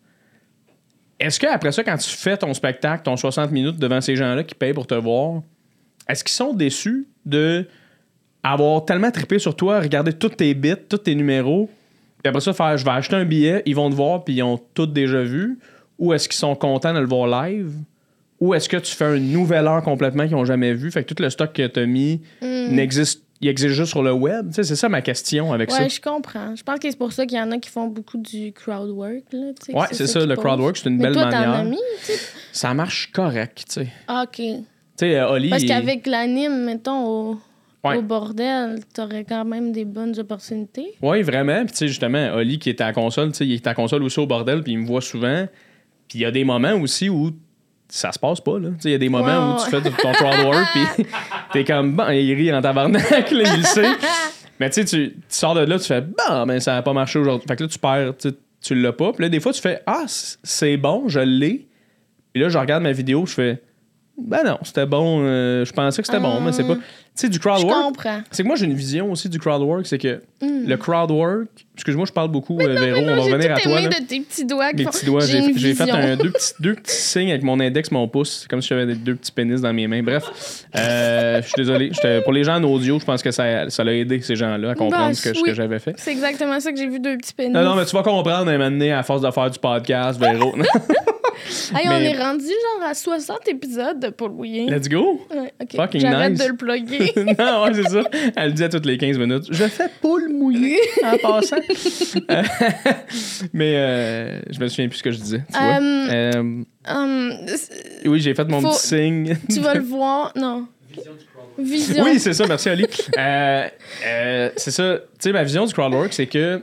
est-ce qu'après ça, quand tu fais ton spectacle, ton soixante minutes devant ces gens-là qui payent pour te voir, est-ce qu'ils sont déçus de avoir tellement trippé sur toi, regarder tous tes bits, tous tes numéros, puis après ça, faire je vais acheter un billet, ils vont te voir, puis ils ont tout déjà vu, ou est-ce qu'ils sont contents de le voir live, ou est-ce que tu fais une nouvelle heure complètement qu'ils n'ont jamais vu, fait que tout le stock que tu as mis mm. n'existe, il existe juste sur le web? Tu sais, c'est ça ma question avec ouais, ça. Ouais, je comprends. Je pense que c'est pour ça qu'il y en a qui font beaucoup du crowd work. Là, ouais, c'est, c'est ça, ça le crowd work, c'est une mais belle toi, manière. T'en as mis, t'sais? Ça marche correct, tu sais. Ah, OK. Tu sais, Oli... Parce il... qu'avec l'anime, mettons, au... Ouais. Au bordel, t'aurais quand même des bonnes opportunités. Oui, vraiment. Puis, tu sais, justement, Oli qui est à la console, tu sais, il est à la console aussi au bordel, puis il me voit souvent. Puis, il y a des moments aussi où ça se passe pas, là. Tu sais, il y a des moments wow. où tu fais ton crowd work, puis t'es comme, bon, il rit en tabarnak, là, il le sait. Mais, tu sais, tu sors de là, tu fais, bon, ben, ça n'a pas marché aujourd'hui. Fait que là, tu perds, tu tu l'as pas. Puis là, des fois, tu fais, ah, c'est bon, je l'ai. Puis là, je regarde ma vidéo, je fais, ben non, c'était bon. Euh, je pensais que c'était bon, mais c'est pas. Tu sais, du crowd work. Je comprends. C'est que moi, j'ai une vision aussi du crowd work. C'est que mm. le crowd work. Excuse-moi, je parle beaucoup, mais euh, non, Véro. non, on va revenir à toi. J'ai là. de tes petits doigts. Mes font... petits doigts. J'ai, j'ai, j'ai fait un, deux, petits, deux petits signes avec mon index, mon pouce. C'est comme si j'avais des, deux petits pénis dans mes mains. Bref, euh, je suis désolé. J'étais, pour les gens en audio, je pense que ça, ça l'a aidé ces gens-là à comprendre bah, ce, que, oui. ce que j'avais fait. C'est exactement ça que j'ai vu, deux petits pénis. Non, non, mais tu vas comprendre un moment donné à force de faire du podcast, Véro. Hey, mais... on est rendu genre à soixante épisodes de Paul Bouillin. Let's go! Ouais, okay. Fucking J'arrête nice. de le plugger. Non, ouais, c'est ça. Elle le dit à toutes les quinze minutes. Je fais Paul mouillé en passant. euh, mais euh, je me souviens plus ce que je disais. Tu um, vois? Euh, um, oui, j'ai fait mon faut... petit signe. Tu vas le voir. Non. Vision du crowdwork. Vision. Oui, c'est ça. Merci, Ali. euh, euh, c'est ça. Tu sais, ma vision du crowdwork, c'est que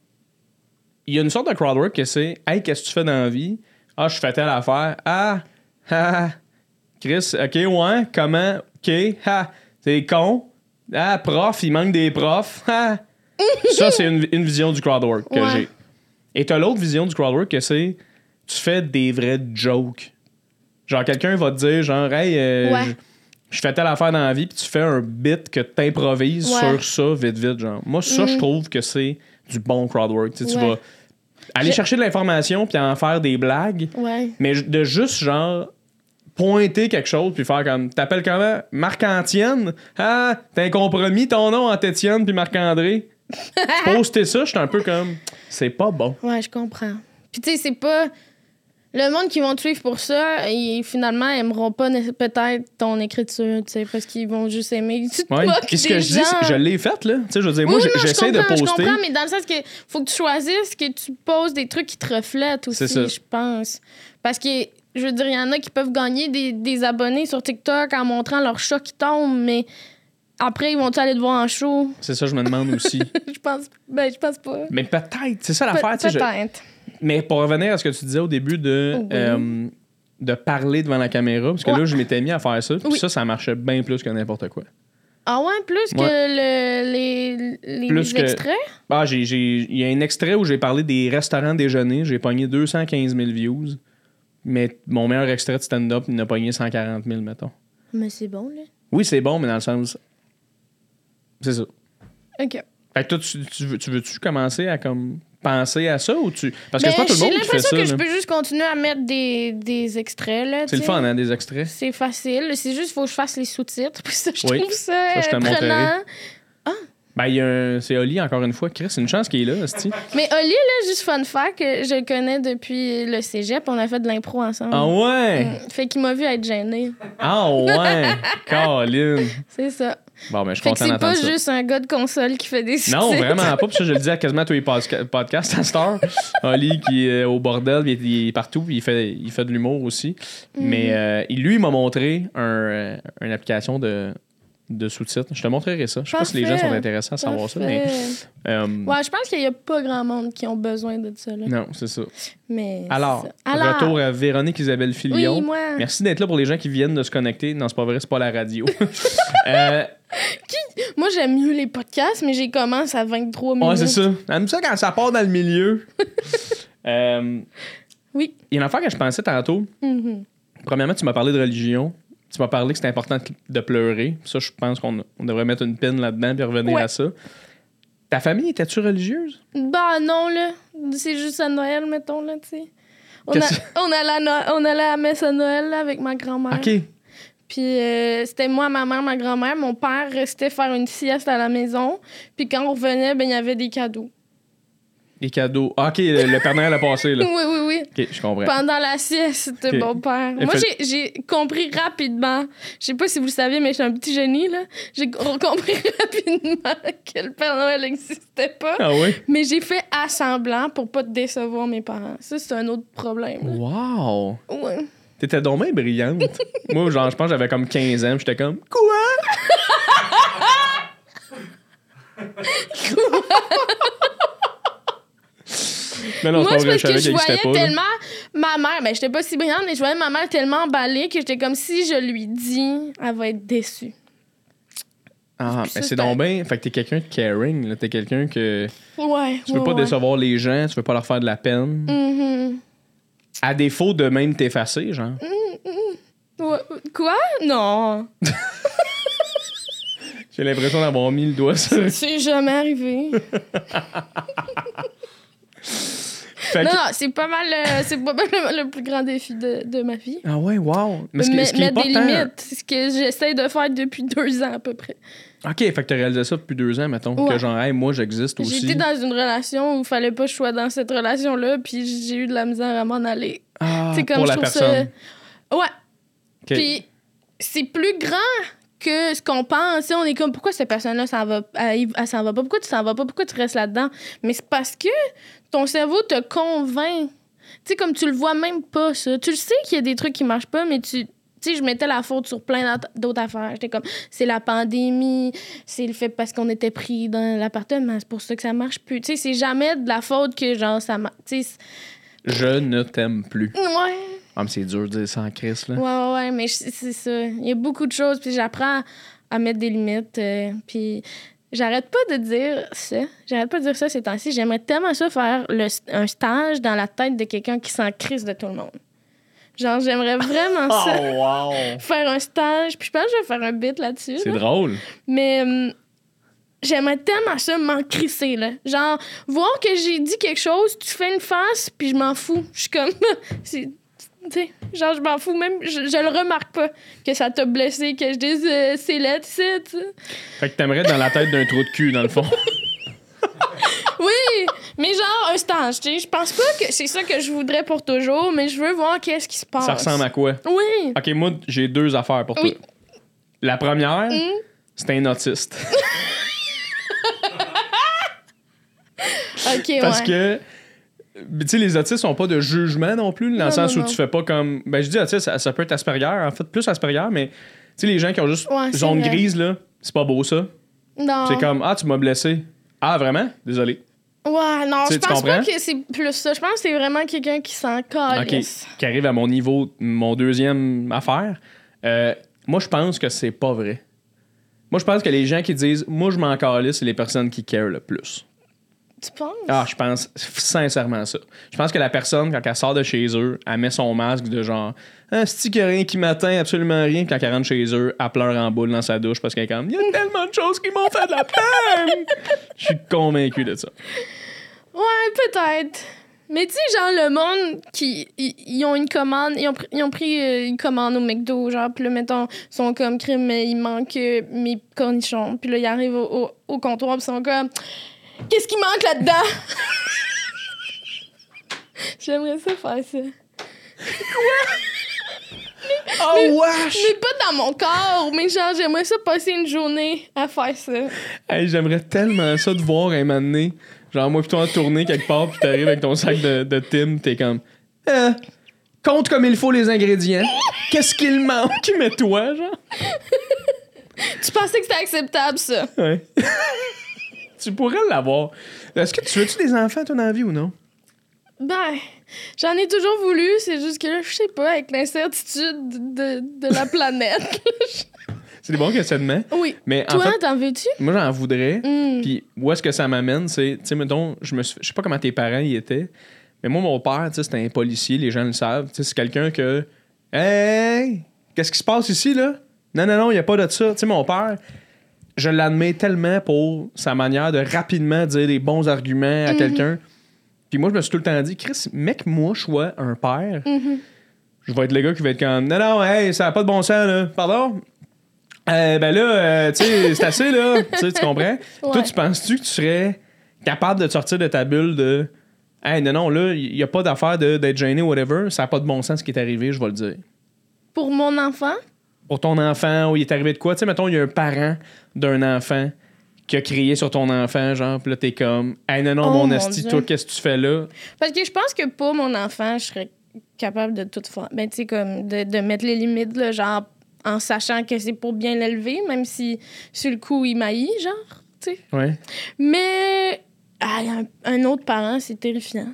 il y a une sorte de crowdwork que c'est « Hey, qu'est-ce que tu fais dans la vie? » Ah, je fais telle affaire. Ah, ah, Chris, OK, ouais, comment? OK, ah, c'est con. Ah, prof, il manque des profs. Ah. Ça, c'est une, une vision du crowdwork que ouais. j'ai. Et t'as l'autre vision du crowdwork que c'est tu fais des vrais jokes. Genre, quelqu'un va te dire, genre, hey, euh, ouais. je, je fais telle affaire dans la vie, puis tu fais un bit que t'improvises ouais. sur ça, vite, vite, genre. Moi, ça, mm. je trouve que c'est du bon crowdwork. Tu sais, ouais. tu vas aller je... chercher de l'information puis en faire des blagues. Ouais. Mais de juste, genre, pointer quelque chose puis faire comme... T'appelles comment? Marc-Antienne? Ah, t'as compromis ton nom en Étienne puis Marc-André? Poster ça, je suis un peu comme... C'est pas bon. Ouais, je comprends. Puis tu sais, c'est pas... Le monde qui vont te suivre pour ça, ils finalement aimeront pas peut-être ton écriture, tu sais, parce qu'ils vont juste aimer. Tu te ouais. moques ce que je gens. dis, je l'ai fait, là. Tu sais, je veux dire, oui, moi, non, j'essaie de poster. Je comprends, mais dans le sens que faut que tu choisisses que tu poses des trucs qui te reflètent aussi, je pense. Parce que, je veux dire, il y en a qui peuvent gagner des, des abonnés sur TikTok en montrant leur chat qui tombe, mais après, ils vont-tu aller te voir en show? C'est ça, je me demande aussi. je pense... Ben, je pense pas. Mais peut-être, c'est ça l'affaire, Pe- tu sais. Peut-être. Je... Mais pour revenir à ce que tu disais au début de, oui. euh, de parler devant la caméra, parce que ouais. là, je m'étais mis à faire ça, puis oui. ça, ça marchait bien plus que n'importe quoi. Ah ouais, plus ouais. que le, les, les plus extraits? Que... Ah, j'ai, j'ai... il y a un extrait où j'ai parlé des restaurants déjeuner, j'ai pogné deux cent quinze mille views. Mais mon meilleur extrait de stand-up, il n'a pogné cent quarante mille, mettons. Mais c'est bon, là. Oui, c'est bon, mais dans le sens... C'est ça. OK. Fait que toi, tu, tu, veux, tu veux-tu commencer à comme penser à ça ou tu... Parce que ben, c'est pas tout le monde qui fait ça. J'ai l'impression que là. je peux juste continuer à mettre des, des extraits, là. C'est le fun, hein, des extraits. C'est facile. C'est juste qu'il faut que je fasse les sous-titres. Puis ça, je oui. trouve ça, ça je te prenant. Ah! Ben, il y a un... C'est Oli, encore une fois. Chris, c'est une chance qu'il est là, esti. Mais Oli, là, juste fun fact, je le connais depuis le cégep. On a fait de l'impro ensemble. Ah ouais? Mmh. Fait qu'il m'a vu être gêné. Ah ouais? Colin! C'est ça. Bon, ben, je suis content d'entendre ça. C'est pas juste un gars de console qui fait des sous-titres. Non, vraiment pas. Puis ça, je le dis à quasiment tous les podca- podcasts à Star. Oli qui est au bordel, il est, il est partout, puis il fait, il fait de l'humour aussi. Mm-hmm. Mais euh, lui, il m'a montré un, euh, une application de, de sous-titres. Je te montrerai ça. Je sais pas si les gens sont intéressés à savoir Parfait. ça, mais... Euh, ouais, je pense qu'il y a pas grand monde qui ont besoin de ça. Là. Non, c'est ça. Mais Alors, ça. Alors, retour à Véronique Isabelle Filion. Oui, moi. Merci d'être là pour les gens qui viennent de se connecter. Non, c'est pas vrai, c'est pas la radio. euh, Qui? Moi, j'aime mieux les podcasts, mais j'ai commencé à vingt-trois minutes. Ouais, c'est ça. J'aime ça quand ça part dans le milieu. euh, oui. Il y a une affaire que je pensais tantôt. Mm-hmm. Premièrement, tu m'as parlé de religion. Tu m'as parlé que c'était important de pleurer. Ça, je pense qu'on on devrait mettre une pine là-dedans et revenir ouais. à ça. Ta famille, était-tu religieuse? Bah non, là. C'est juste à Noël, mettons, là, tu sais. On, a, on, allait no- on allait à la messe à Noël là, avec ma grand-mère. OK. Puis euh, c'était moi, ma mère, ma grand-mère. Mon père restait faire une sieste à la maison. Puis quand on revenait, ben il y avait des cadeaux. Des cadeaux. Ah, OK, le, le Père Noël a passé, là. Oui, oui, oui. OK, je comprends. Pendant la sieste de okay. mon père. Et moi, fait... j'ai, j'ai compris rapidement. Je sais pas si vous le savez, mais je suis un petit génie, là. J'ai compris rapidement que le Père Noël n'existait pas. Ah oui? Mais j'ai fait assemblant pour pas décevoir mes parents. Ça, c'est un autre problème. Là. Wow! Ouais. T'étais donc bien brillante. Moi, genre, je pense que j'avais comme quinze ans, j'étais comme... Quoi? Quoi? Non, non, moi, c'est pas vrai, parce que je voyais pas, tellement ma mère, ben j'étais pas si brillante, mais je voyais ma mère tellement emballée que j'étais comme si je lui dis, elle va être déçue. Ah, mais c'est donc bien. Fait que t'es quelqu'un de caring, là. T'es quelqu'un que. Ouais. Tu veux ouais, pas ouais. décevoir les gens, tu veux pas leur faire de la peine. Mm-hmm. À défaut de même t'effacer, genre. Mm-hmm. Ouais. Quoi? Non. J'ai l'impression d'avoir mis le doigt sur. C'est jamais arrivé. Fait non, que... non, c'est pas mal, euh, c'est pas mal le, le plus grand défi de, de ma vie. Ah ouais, wow. Mais ce qui, ce qui mettre est des tant... limites, c'est ce que j'essaie de faire depuis deux ans à peu près. OK, fait que t'as réalisé ça depuis deux ans, mettons. Ouais. Que genre, hey, moi, j'existe aussi. J'étais dans une relation où il fallait pas que je sois dans cette relation-là, puis j'ai eu de la misère à m'en aller. Ah, c'est comme pour je la trouve personne. Ça... Ouais. Okay. Puis c'est plus grand que ce qu'on pense. On est comme, pourquoi cette personne-là s'en va, elle, elle s'en va pas? Pourquoi tu s'en vas pas? Pourquoi tu restes là-dedans? Mais c'est parce que ton cerveau te convainc. Tu sais, comme tu le vois même pas, ça. Tu le sais qu'il y a des trucs qui marchent pas, mais tu... Tu sais, je mettais la faute sur plein d'autres affaires. J'étais comme, c'est la pandémie, c'est le fait parce qu'on était pris dans l'appartement, c'est pour ça que ça marche plus. Tu sais, c'est jamais de la faute que, genre, ça marche. Je ne t'aime plus. Ouais. Ah, mais c'est dur de dire ça en crise, là. Ouais, ouais, ouais, mais c'est ça. Il y a beaucoup de choses, puis j'apprends à mettre des limites, euh, puis j'arrête pas de dire ça. J'arrête pas de dire ça ces temps-ci. J'aimerais tellement ça faire le, un stage dans la tête de quelqu'un qui s'en crisse de tout le monde. Genre, j'aimerais vraiment ça. Oh, wow! Faire un stage. Puis je pense que je vais faire un bit là-dessus. C'est là. drôle. Mais euh, j'aimerais tellement ça m'en crisser, là. Genre, voir que j'ai dit quelque chose, tu fais une face, puis je m'en fous. Je suis comme... c'est, tu sais, genre, je m'en fous même. Je, je le remarque pas que ça t'a blessé, que je dise euh, c'est laid, tu sais. Fait que t'aimerais dans la tête d'un trou de cul, dans le fond. Oui, mais genre un stage, tu sais. Je pense pas que c'est ça que je voudrais pour toujours, mais je veux voir qu'est-ce qui se passe. Ça ressemble à quoi? Oui. OK, moi, j'ai deux affaires pour oui. toi. La première, mm. c'est un autiste. OK, Parce ouais. que, tu sais, les autistes n'ont pas de jugement non plus, dans non, le sens non, où non. tu fais pas comme... Ben, je dis autiste, ça, ça peut être Asperger, en fait, plus Asperger, mais, tu sais, les gens qui ont juste ouais, zone vrai. grise, là, c'est pas beau, ça. Non. C'est comme, ah, tu m'as blessé. Ah, vraiment? Désolé. Ouais, non, T'sais, je pense comprends? pas que c'est plus ça. Je pense que c'est vraiment quelqu'un qui s'en calisse. OK, qui arrive à mon niveau, mon deuxième affaire. Euh, moi, je pense que c'est pas vrai. Moi, je pense que les gens qui disent « Moi, je m'en calisse », c'est les personnes qui care le plus. Tu penses? Ah, je pense sincèrement ça. Je pense que la personne, quand elle sort de chez eux, elle met son masque de genre un stick rien qui m'atteint, absolument rien. Puis quand elle rentre chez eux, elle pleure en boule dans sa douche parce qu'elle est comme il y a tellement de choses qui m'ont fait de la peine. Je suis convaincu de ça. Ouais, peut-être. Mais tu sais, genre, le monde qui. Ils ont une commande. Ils ont, pr- ils ont pris euh, une commande au McDo, genre, puis là, mettons, ils sont comme crime, mais il manque euh, mes cornichons. Puis là, ils arrivent au, au, au comptoir, puis ils sont comme. Qu'est-ce qui manque là-dedans? J'aimerais ça faire ça. Oh, mais, wesh! mais pas dans mon corps, mais genre, j'aimerais ça passer une journée à faire ça. Hey, j'aimerais tellement ça de voir un moment donné. Genre, moi, plutôt en tournée quelque part, puis t'arrives avec ton sac de, de Tim, t'es comme. Euh, compte comme il faut les ingrédients. Qu'est-ce qu'il manque? Mais toi, genre. Tu pensais que c'était acceptable, ça? Ouais. Tu pourrais l'avoir. Est-ce que tu veux-tu des enfants, toi, dans la vie ou non? Ben, j'en ai toujours voulu, c'est juste que là, je sais pas, avec l'incertitude de, de la planète. C'est des bons questionnements. Oui. Mais toi, en fait, t'en veux-tu? moi, j'en voudrais. Mm. Puis où est-ce que ça m'amène? C'est, tu sais, mettons, je me suis- je sais pas comment tes parents y étaient, mais moi, mon père, tu sais, c'était un policier, les gens le savent. Tu sais, c'est quelqu'un que. Hey! Qu'est-ce qui se passe ici, là? Non, non, non, il n'y a pas de ça. Tu sais, mon père, je l'admets tellement pour sa manière de rapidement dire des bons arguments à Mm-hmm. quelqu'un. Puis moi, je me suis tout le temps dit, Chris, mec, moi, je sois un père. Mm-hmm. Je vais être le gars qui va être comme, non, non, hey, ça n'a pas de bon sens, là. Pardon? Euh, ben là, euh, tu sais, c'est assez, là. Tu sais, tu comprends? Ouais. Toi, tu penses-tu que tu serais capable de te sortir de ta bulle de, hey, non, non, là, il n'y a pas d'affaire de, d'être gêné ou whatever. Ça n'a pas de bon sens ce qui est arrivé, je vais le dire. Pour mon enfant? Pour ton enfant, ou il est arrivé de quoi? Tu sais, mettons, il y a un parent d'un enfant qui a crié sur ton enfant, genre, pis là, t'es comme, hey, non, non, Oh, mon mon esti, Dieu. toi, qu'est-ce que tu fais là? Parce que je pense que pour mon enfant, je serais capable de tout faire. Ben, tu sais, comme de, de mettre les limites, là, genre, en sachant que c'est pour bien l'élever, même si sur le coup, il m'haït, genre, tu sais. Ouais. Mais ah, un, un autre parent, c'est terrifiant.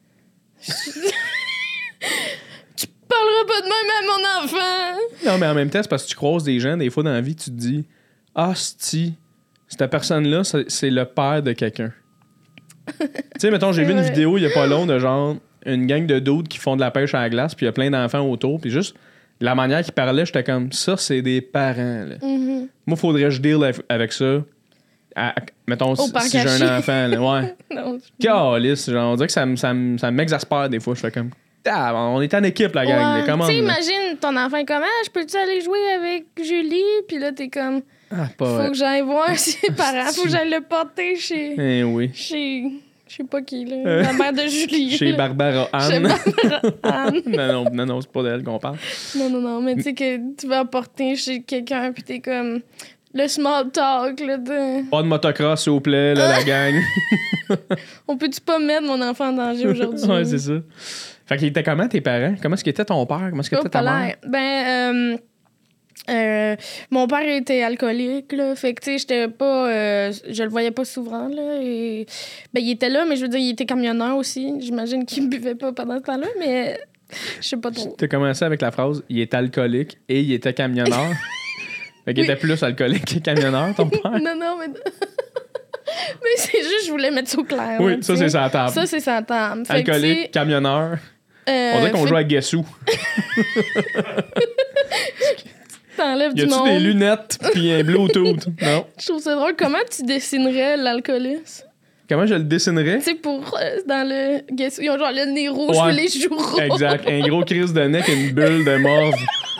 Tu parleras pas de même à mon enfant! Non, mais en même temps, c'est parce que tu croises des gens, des fois, dans la vie, tu te dis, ah, c'ti, cette personne-là, c'est, c'est le père de quelqu'un. Tu sais, mettons, j'ai C'est vu une vrai. vidéo il y a pas long de genre une gang de dudes qui font de la pêche à la glace, puis il y a plein d'enfants autour, puis juste la manière qu'ils parlaient, j'étais comme, ça, c'est des parents, là. Mhm. Moi, faudrait que je deal avec ça. À- à- mettons, Au si, parc si j'ai caché. un enfant, là, ouais. Non, Calisse, genre, on dirait que ça, me- ça, me- ça m'exaspère des fois. Je fais comme, ah, on est en équipe, la gang. ouais. Comment Tu sais, imagine, ton enfant est comme, ah, je peux-tu aller jouer avec Julie? Puis là, t'es comme, Ah, faut pas. que j'aille voir ses parents, faut que j'aille le porter chez. Eh oui. chez. Je sais pas qui, là. Euh, La mère de Julie. Chez là. Barbara Chez Anne. Barbara Anne. non, non, non, non, c'est pas d'elle qu'on parle. Non, non, non, mais tu sais que tu vas apporter chez quelqu'un, puis t'es comme. Le small talk, là, de. Pas de motocross, s'il vous plaît, là, la gang. On peut-tu pas mettre mon enfant en danger aujourd'hui? ouais, c'est ça. Fait qu'il était comment, tes parents? Comment est-ce qu'il était ton père? Comment est-ce qu'il était ta mère? Ben, euh, euh, mon père était alcoolique, là. Fait que, tu sais, j'étais pas. Euh, je le voyais pas souvent, là. Et, ben, il était là, mais je veux dire, il était camionneur aussi. J'imagine qu'il buvait pas pendant ce temps-là, mais je sais pas trop. T'as commencé avec la phrase « il est alcoolique et il était camionneur ». Fait qu'il Oui. était plus alcoolique que camionneur, ton père? Non, non, mais. mais c'est juste, je voulais mettre ça au clair. Oui, là, ça, tu sais. c'est sa table. Ça, c'est sa table. Fait que, tu Alcoolique, sais, camionneur. euh, On dirait qu'on fait joue à Guessou. que t'enlèves Y du a-tu monde. des lunettes pis un Bluetooth? Non. Je trouve ça drôle. Comment tu dessinerais l'alcoolisme? Comment je le dessinerais? Tu sais, pour. euh, dans le. Guess- Ils ont genre le nez rouge, Ouais. puis les joues rouges. Exact. Un gros crise de nez et une bulle de morve.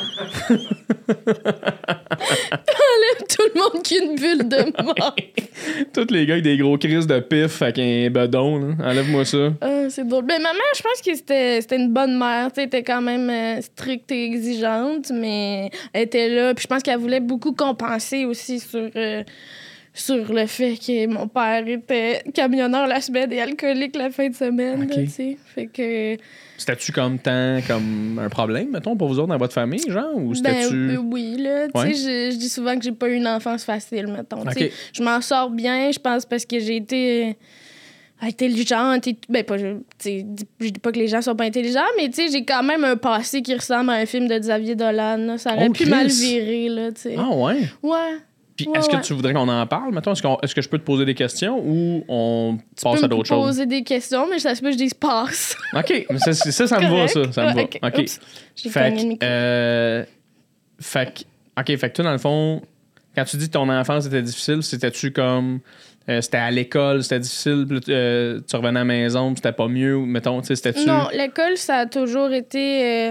Enlève tout le monde qui a une bulle de mort. Tous les gars avec des gros crises de pif avec un bedon, là. Enlève-moi ça. Ah, c'est drôle. Ben, ma mère, je pense que c'était, c'était une bonne mère. Tu sais, elle était quand même euh, stricte et exigeante, mais elle était là. Puis je pense qu'elle voulait beaucoup compenser aussi sur, euh, sur le fait que mon père était camionneur la semaine et alcoolique la fin de semaine. Ok. là, tu sais. Fait que. C'était-tu comme tant comme un problème, mettons, pour vous autres dans votre famille, genre? Ou Ben, c'était-tu. euh, oui, là. Tu Ouais. sais, je, je dis souvent que j'ai pas eu une enfance facile, mettons. Tu sais, Ok. je m'en sors bien, je pense, parce que j'ai été euh, intelligente. Et, ben, pas, je, tu sais, dis- je dis pas que les gens sont pas intelligents, mais tu sais, j'ai quand même un passé qui ressemble à un film de Xavier Dolan. Là. Ça aurait Oh, pu Chris. mal virer, là, tu sais. Ah ouais? Ouais. Puis Ouais, est-ce que ouais. tu voudrais qu'on en parle, maintenant? Est-ce, qu'on, est-ce que je peux te poser des questions ou on Tu passe peux à d'autres me choses? poser des questions, mais ça se peut que je dise passe. OK, mais ça, c'est- ça, ça me va, ça. Ça me va. Ouais, OK. Oups, j'ai Fait cogné le que, micro. euh, fait que, OK, fait que toi, dans le fond, quand tu dis que ton enfance était difficile, c'était-tu comme... euh, c'était à l'école, c'était difficile, puis euh, tu revenais à la maison, puis c'était pas mieux, ou, mettons, tu sais, c'était-tu... Non, l'école, ça a toujours été euh,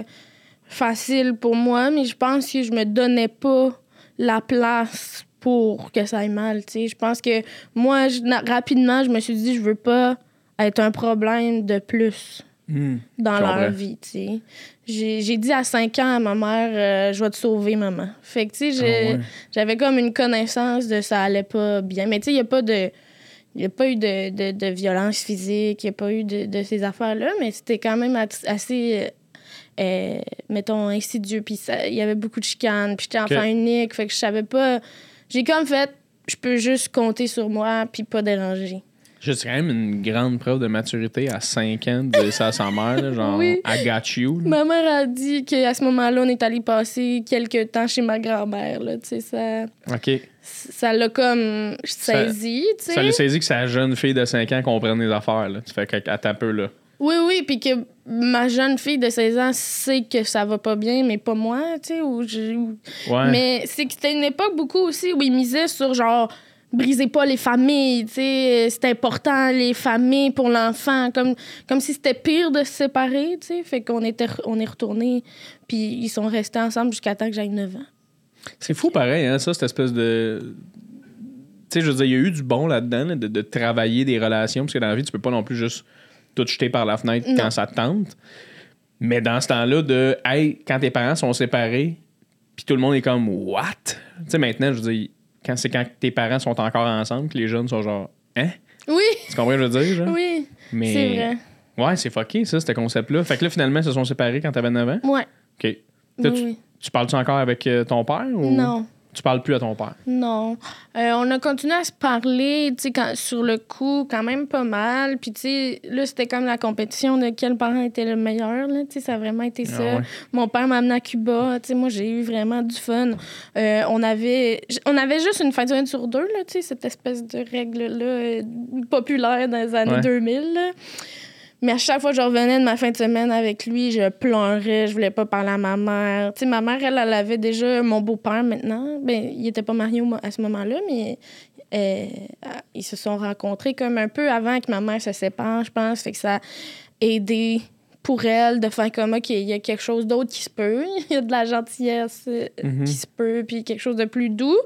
facile pour moi, mais je pense que je me donnais pas la place pour que ça aille mal, tu sais. Je pense que moi, je- na- rapidement, je me suis dit, je veux pas être un problème de plus Hmm, dans je leur comprends. vie, tu sais. J'ai, j'ai dit à cinq ans à ma mère, euh, je vais te sauver, maman. Fait que, tu sais, j'ai- Ah ouais. j'avais comme une connaissance de ça allait pas bien. Mais, tu sais, il y a pas de... Il n'y a pas eu de, de, de violence physique, il n'y a pas eu de, de ces affaires-là, mais c'était quand même at- assez, euh, mettons, insidieux. Puis ça- il y avait beaucoup de chicanes, puis j'étais enfant Ok. unique, fait que je savais pas... J'ai comme fait, je peux juste compter sur moi, puis pas déranger. J'ai quand même une grande preuve de maturité à cinq ans de dire ça à sa mère, là, genre Oui. I got you. là. Ma mère a dit qu'à ce moment-là, on est allé passer quelques temps chez ma grand-mère, là, tu sais, ça... OK. Ça l'a comme saisi, tu sais. Ça lui saisi que sa jeune fille de cinq ans comprenne les affaires. Là. Tu fais qu'à un peu là. Oui, oui, puis que ma jeune fille de seize ans sait que ça va pas bien, mais pas moi, tu sais. Ou je- ou- Ouais. Mais c'est que c'était une époque beaucoup aussi où ils misaient sur genre, brisez pas les familles, tu sais. C'est important, les familles pour l'enfant. Comme, comme si c'était pire de se séparer, tu sais. Fait qu'on était, on est retournés, puis ils sont restés ensemble jusqu'à temps que j'aille neuf ans. C'est fou pareil, hein, ça, cette espèce de... Tu sais, je veux dire, il y a eu du bon là-dedans, là, de, de travailler des relations, parce que dans la vie, tu peux pas non plus juste tout jeter par la fenêtre Non. quand ça te tente. Mais dans ce temps-là, de, hey, quand tes parents sont séparés, puis tout le monde est comme, what? Tu sais, maintenant, je veux dire, quand c'est quand tes parents sont encore ensemble, que les jeunes sont genre, hein? Oui, Tu comprends ce que je veux dire, genre? oui, Mais... c'est vrai. Ouais, c'est fucké, ça, ce concept-là. Fait que là, finalement, ils se sont séparés quand t'avais neuf ans? Ouais, OK. Là, oui, tu, oui. tu parles-tu encore avec euh, ton père? Ou Non. tu parles plus à ton père? Non. Euh, on a continué à se parler, tu sais, quand- sur le coup, quand même pas mal. Puis, tu sais, là, c'était comme la compétition de quel parent était le meilleur, là. Tu sais, ça a vraiment été ça. Ah ouais. Mon père m'a amené à Cuba. Tu sais, moi, j'ai eu vraiment du fun. Euh, on avait j- on avait juste une fin de semaine sur deux, là, tu sais, cette espèce de règle-là euh, populaire dans les années Ouais. deux mille, là. Mais à chaque fois que je revenais de ma fin de semaine avec lui, je pleurais, je voulais pas parler à ma mère. Tu sais, ma mère, elle, elle avait déjà mon beau-père maintenant. Ben, il était pas marié au mo- à ce moment-là, mais euh, ils se sont rencontrés comme un peu avant que ma mère se sépare, je pense. Fait que ça a aidé pour elle de faire comme, OK, il y a quelque chose d'autre qui se peut. Il y a de la gentillesse euh, Mhm. qui se peut, puis quelque chose de plus doux.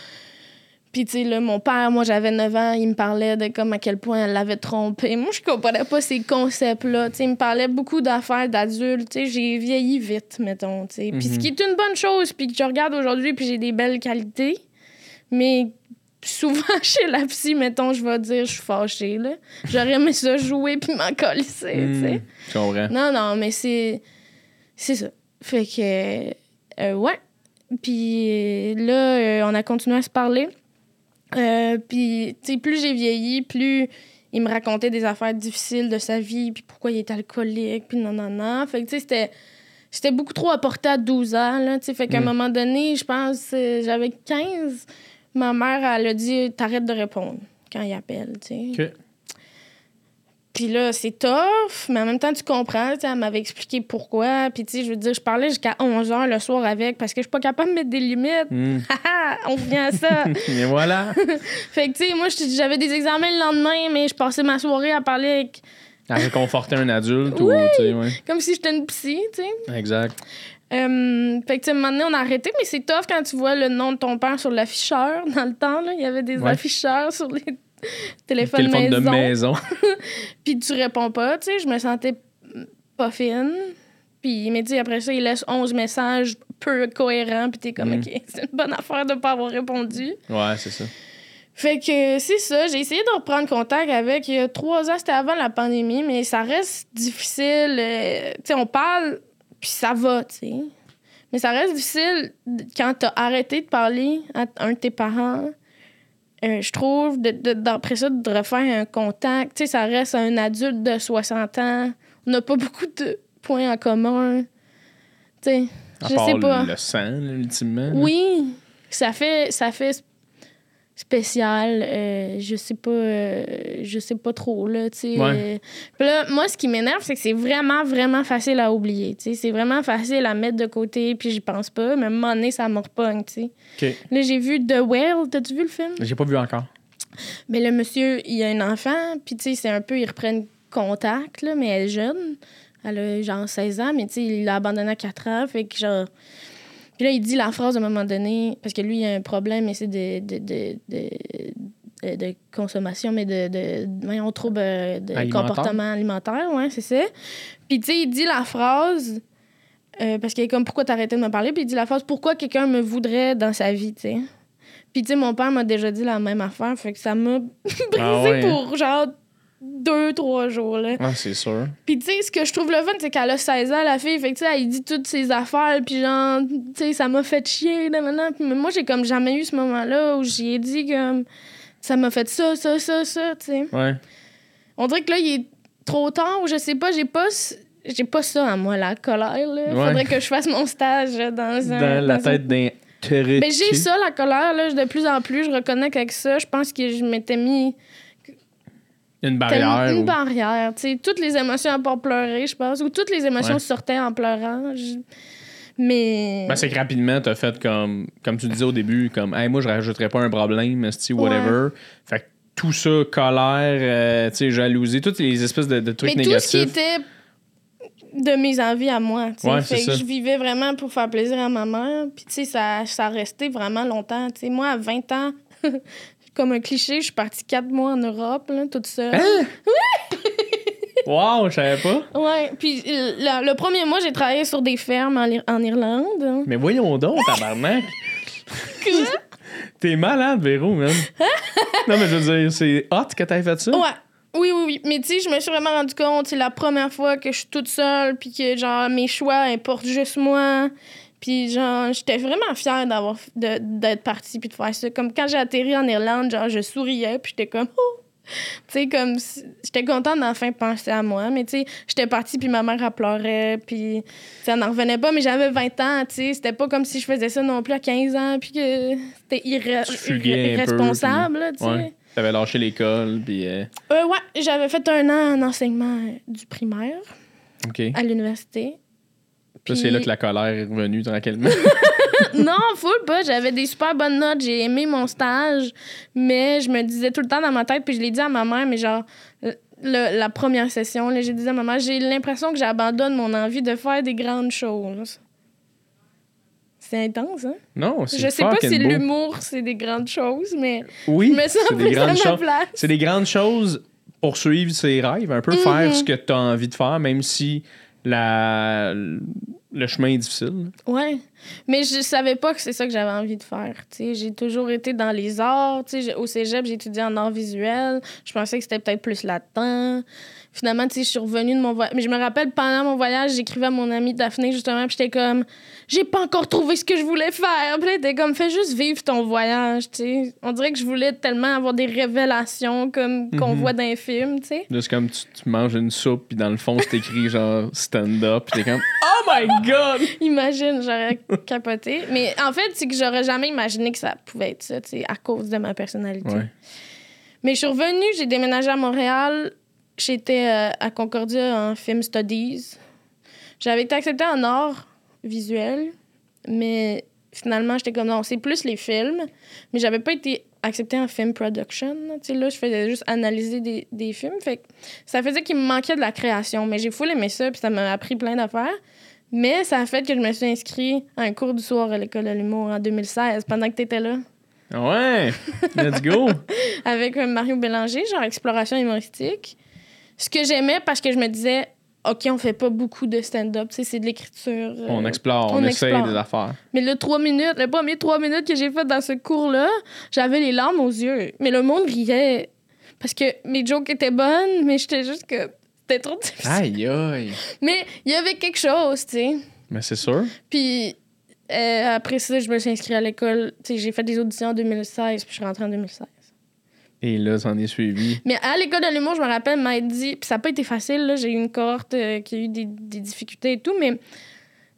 Puis, tu sais, là, mon père, moi, j'avais neuf ans, il me parlait de comme à quel point elle l'avait trompé. Moi, je comprenais pas ces concepts-là. Tu sais, il me parlait beaucoup d'affaires d'adultes. Tu sais, j'ai vieilli vite, mettons, tu sais. Puis, ce Mhm. qui est une bonne chose, puis que je regarde aujourd'hui, puis j'ai des belles qualités. Mais souvent, chez la psy, mettons, je vais dire, je suis fâchée, là. J'aurais aimé ça jouer puis m'en colisser, tu sais. Hmm, je comprends. Non, non, mais c'est... C'est ça. Fait que... euh, ouais. Puis euh, là, euh, on a continué à se parler. Euh, puis, tu sais, plus j'ai vieilli, plus il me racontait des affaires difficiles de sa vie, puis pourquoi il était alcoolique, puis non, non, non. Fait que, tu sais, c'était... J'étais beaucoup trop apportée à douze ans, là, tu sais. Fait qu'à un Mm. moment donné, je pense, euh, j'avais quinze, ma mère, elle a dit « T'arrêtes de répondre quand il appelle, tu sais. OK. » Puis là, c'est tough, mais en même temps, tu comprends. Tu sais, elle m'avait expliqué pourquoi. Puis, tu sais, je veux dire, je parlais jusqu'à onze heures le soir avec parce que je suis pas capable de mettre des limites. Hmm. Haha, on revient à ça. Et voilà. Fait que, tu sais, moi, je- j'avais des examens le lendemain, mais je passais ma soirée à parler avec... À réconforter un adulte Oui. ou, tu sais, ouais. comme si j'étais une psy, tu sais. Exact. Euh, fait que, tu sais, à un moment donné, on a arrêté, mais c'est tough quand tu vois le nom de ton père sur l'afficheur. Dans le temps, là, il y avait des Ouais. afficheurs sur les téléphones Téléphone maison. de maison. Puis tu réponds pas, tu sais. Je me sentais pas fine. Puis il m'a dit, après ça, il laisse onze messages peu cohérents. Puis t'es comme, Mm. OK, c'est une bonne affaire de pas avoir répondu. Ouais, c'est ça. Fait que c'est ça. J'ai essayé de reprendre contact avec. Il y a trois ans, c'était avant la pandémie, mais ça reste difficile. euh, tu sais, on parle, puis ça va, tu sais. Mais ça reste difficile quand t'as arrêté de parler à un de tes parents. Euh, je trouve, de, de, d'après ça, de refaire un contact. Tu sais, ça reste un adulte de soixante ans. On n'a pas beaucoup de points en commun. Tu sais, À je part sais pas. le sang, là, ultimement. là. Oui, ça fait, ça fait spécial, euh, je sais pas, euh, je sais pas trop, là, tu sais. Ouais. Euh, puis là, moi, ce qui m'énerve, c'est que c'est vraiment, vraiment facile à oublier, tu sais. C'est vraiment facile à mettre de côté, puis j'y pense pas, mais à un moment donné, ça me repogne, tu sais. Okay. Là, j'ai vu The Whale, t'as-tu vu le film? J'ai pas vu encore. Mais le monsieur, il a un enfant, puis tu sais, c'est un peu, ils reprennent contact, là, mais elle est jeune. Elle a genre seize ans, mais tu sais, il l'a abandonné à quatre ans, fait que genre... Puis là, il dit la phrase à un moment donné, parce que lui, il a un problème, mais c'est de, de, de, de, de consommation, mais de, de, voyons, trouble de alimentaire. comportement alimentaire, ouais, c'est ça. Puis tu sais, il dit la phrase, euh, parce qu'il est comme, pourquoi t'as arrêté de me parler? Puis il dit la phrase, pourquoi quelqu'un me voudrait dans sa vie, tu sais. Puis tu sais, mon père m'a déjà dit la même affaire, fait que ça m'a brisé ah ouais, pour genre deux, trois jours, là. Ah, c'est sûr. Puis, tu sais, ce que je trouve le fun, c'est qu'elle a seize ans, la fille. Fait que, tu sais, elle dit toutes ses affaires. Puis, genre, tu sais, ça m'a fait chier. Nan, nan, nan. Puis, moi, j'ai comme jamais eu ce moment-là où j'y ai dit comme ça m'a fait ça, ça, ça, ça, tu sais. Ouais. On dirait que là, il est trop tard ou je sais pas. J'ai pas, j'ai pas ça en moi, la colère, là. Ouais. Faudrait que je fasse mon stage dans un. Dans la dans tête un... d'un terrible. Mais j'ai ça, la colère, là. De plus en plus, je reconnais qu'avec ça, je pense que je m'étais mis. Une barrière. Une ou... barrière, tu sais. Toutes les émotions à part pleurer, je pense. Ou toutes les émotions ouais. sortaient en pleurant. Je... Mais... Ben, c'est que rapidement, t'as fait comme... Comme tu disais au début, comme, hey, moi, je rajouterais pas un problème, esti, whatever. Ouais. Fait que tout ça, colère, euh, tu sais, jalousie, toutes les espèces de, de trucs mais négatifs. Mais tout ce qui était de mes envies à moi, tu sais. Ouais, fait que ça. je vivais vraiment pour faire plaisir à ma mère. Puis, tu sais, ça, ça a resté vraiment longtemps. Tu sais, moi, à vingt ans... Comme un cliché, je suis partie quatre mois en Europe, là, toute seule. Hein? Oui! Wow, je savais pas. Ouais, puis le, le premier mois, j'ai travaillé sur des fermes en, en Irlande. Mais voyons donc, tabarnak! Quoi? T'es malade, Véro, man. Non, mais je veux dire, c'est hot que t'aies fait ça? Ouais. Oui, oui, oui. Mais tu sais, je me suis vraiment rendu compte, c'est la première fois que je suis toute seule, puis que, genre, mes choix importent juste moi. Puis, genre, j'étais vraiment fière d'avoir, de, d'être partie puis de faire ça. Comme quand j'ai atterri en Irlande, genre, je souriais puis j'étais comme... Oh! Tu sais, comme... J'étais contente d'enfin penser à moi. Mais, tu sais, j'étais partie puis ma mère, elle pleurait. Puis, ça n'en revenait pas. Mais j'avais vingt ans, tu sais. C'était pas comme si je faisais ça non plus à quinze ans puis que c'était irra... irra... irresponsable, tu sais. Ouais. T'avais lâché l'école, puis... Euh... Euh, ouais, j'avais fait un an en enseignement du primaire. OK. À l'université. Puis... Là, c'est là que la colère est revenue tranquillement. Non, full pas. J'avais des super bonnes notes. J'ai aimé mon stage. Mais je me disais tout le temps dans ma tête, puis je l'ai dit à ma mère, mais genre, le, la première session, là, j'ai dit à ma mère, j'ai l'impression que j'abandonne mon envie de faire des grandes choses. C'est intense, hein? Non, c'est Je sais pas si beau. L'humour, c'est des grandes choses, mais oui, je me sens c'est plus des grandes à ma choses. place. C'est des grandes choses pour suivre ses rêves, un peu mm-hmm. faire ce que tu as envie de faire, même si la... le chemin est difficile. Ouais, mais je savais pas que c'est ça que j'avais envie de faire. T'sais. J'ai toujours été dans les arts. T'sais, au cégep, j'ai étudié en arts visuels. Je pensais que c'était peut-être plus là-dedans. Finalement, je suis revenue de mon voyage. Mais je me rappelle, pendant mon voyage, j'écrivais à mon amie Daphné, justement, puis j'étais comme, j'ai pas encore trouvé ce que je voulais faire. Puis là, t'es comme, fais juste vivre ton voyage, tu sais. On dirait que je voulais tellement avoir des révélations comme qu'on mm-hmm. voit dans les films, tu sais. C'est comme tu, tu manges une soupe, puis dans le fond, c'est écrit genre stand-up, puis t'es comme, oh my God! Imagine, j'aurais capoté. Mais en fait, c'est que j'aurais jamais imaginé que ça pouvait être ça, tu sais, à cause de ma personnalité. Ouais. Mais je suis revenue, j'ai déménagé à Montréal. J'étais euh, à Concordia en Film Studies. J'avais été acceptée en art visuel, mais finalement, j'étais comme non, c'est plus les films. Mais j'avais pas été acceptée en film production. Tu sais, là, je faisais juste analyser des, des films. Fait que ça faisait qu'il me manquait de la création. Mais j'ai full aimé ça, puis ça m'a appris plein d'affaires. Mais ça a fait que je me suis inscrite à un cours du soir à l'École de l'humour en deux mille seize, pendant que t'étais là. Ouais! Let's go! Avec Mario Bélanger, genre exploration humoristique. Ce que j'aimais parce que je me disais, OK, on fait pas beaucoup de stand-up, tu sais, c'est de l'écriture. Euh, on explore, on, on essaye explore. des affaires. Mais le trois minutes, le premier trois minutes que j'ai fait dans ce cours-là, j'avais les larmes aux yeux. Mais le monde riait parce que mes jokes étaient bonnes, mais j'étais juste que c'était trop difficile. Aïe, aïe. Mais il y avait quelque chose, tu sais. Mais c'est sûr. Puis euh, après ça, je me suis inscrite à l'école. Tu sais, j'ai fait des auditions en deux mille seize, puis je suis rentrée en deux mille seize. Et là, ça en est suivi. Mais à l'École de l'humour, je me rappelle, m'a dit... Puis ça n'a pas été facile, là. J'ai eu une cohorte euh, qui a eu des, des difficultés et tout, mais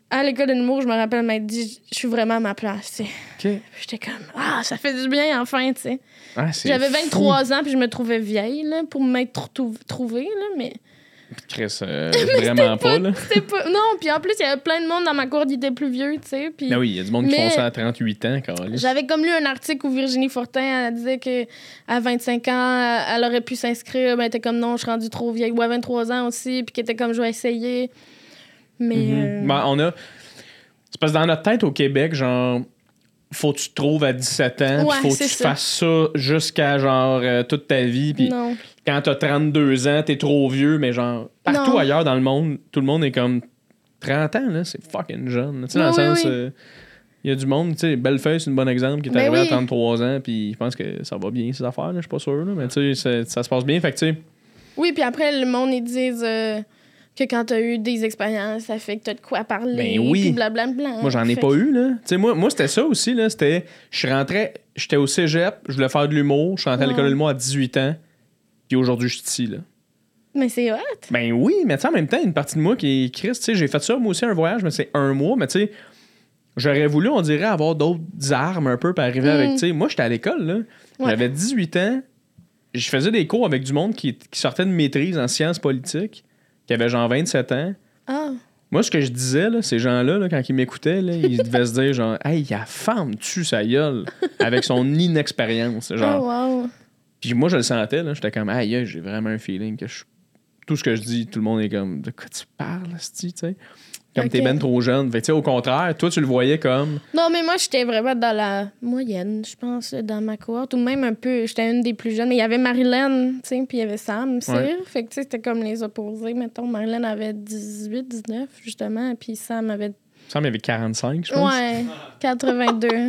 à l'école de l'humour, je me rappelle m'être dit, je suis vraiment à ma place, tu sais. Okay. J'étais comme, ah, ça fait du bien, enfin, tu sais. Ah, J'avais vingt-trois ans, puis je me trouvais vieille, là, pour m'être trouvée, là, mais... Chris, euh, vraiment pas, pas, là. Pas... Non, puis en plus, il y avait plein de monde dans ma cour qui était plus vieux, tu sais. Puis... Ah oui, il y a du monde mais... qui font ça à trente-huit ans, quand même. J'avais comme lu un article où Virginie Fortin, elle disait qu'à vingt-cinq ans, elle aurait pu s'inscrire, mais elle était comme, non, je suis rendue trop vieille. Ou à vingt-trois ans aussi, puis qu'elle était comme, je vais essayer. Mais... Mm-hmm. Euh... Ben, on a... C'est parce que dans notre tête, au Québec, genre... Faut que tu te trouves à dix-sept ans, ouais, faut que tu ça. fasses ça jusqu'à genre euh, toute ta vie. Puis quand t'as trente-deux ans, t'es trop vieux, mais genre partout non. ailleurs dans le monde, tout le monde est comme trente ans, là, c'est fucking jeune. Tu sais, dans oui, le sens, il oui. euh, y a du monde, tu sais, Bellefeuille, c'est un bon exemple, qui est arrivé oui. à trente-trois ans, puis je pense que ça va bien, ces affaires, je suis pas sûr, là, mais tu sais, ça se passe bien, fait que tu sais. Oui, puis après, le monde, ils disent. Euh... que quand t'as eu des expériences, ça fait que t'as de quoi parler. Ben oui. Puis blablabla. Moi, j'en ai pas que... eu, là. Tu sais, moi, moi c'était ça aussi, là. C'était... Je rentrais... J'étais au cégep, je voulais faire de l'humour. Je suis rentré ouais. à l'école de l'humour à dix-huit ans. Puis aujourd'hui, je suis ici, là. Mais c'est hot. Ben oui, mais tu sais, en même temps, une partie de moi qui est Christ, tu sais, j'ai fait ça, moi aussi, un voyage, mais c'est un mois. Mais tu sais, j'aurais voulu, on dirait, avoir d'autres armes un peu pour arriver mm. avec... Tu sais, moi, j'étais à l'école, là. Ouais. J'avais dix-huit ans. Je faisais des cours avec du monde qui, qui sortait de maîtrise en sciences politiques, qui avait genre vingt-sept ans. Ah. Moi, ce que je disais, là, ces gens-là, là, quand ils m'écoutaient, là, ils devaient se dire genre, hey, la femme tue sa gueule avec son inexpérience. Genre. Oh, wow. Puis moi, je le sentais, là, j'étais comme, aïe, j'ai vraiment un feeling que je... tout ce que je dis, tout le monde est comme, de quoi tu parles, tu sais? Comme okay. T'es ben trop jeune. Fait que, au contraire, toi, tu le voyais comme. Non, mais moi, j'étais vraiment dans la moyenne, je pense, dans ma cohorte. Ou même un peu, j'étais une des plus jeunes. Mais il y avait Marilyn, tu sais, puis il y avait Sam, Cyr. Ouais. Fait que, tu sais, c'était comme les opposés. Mettons, Marilyn avait dix-huit, dix-neuf, justement. Puis Sam avait. Sam avait quarante-cinq, je pense. Ouais, quatre-vingt-deux.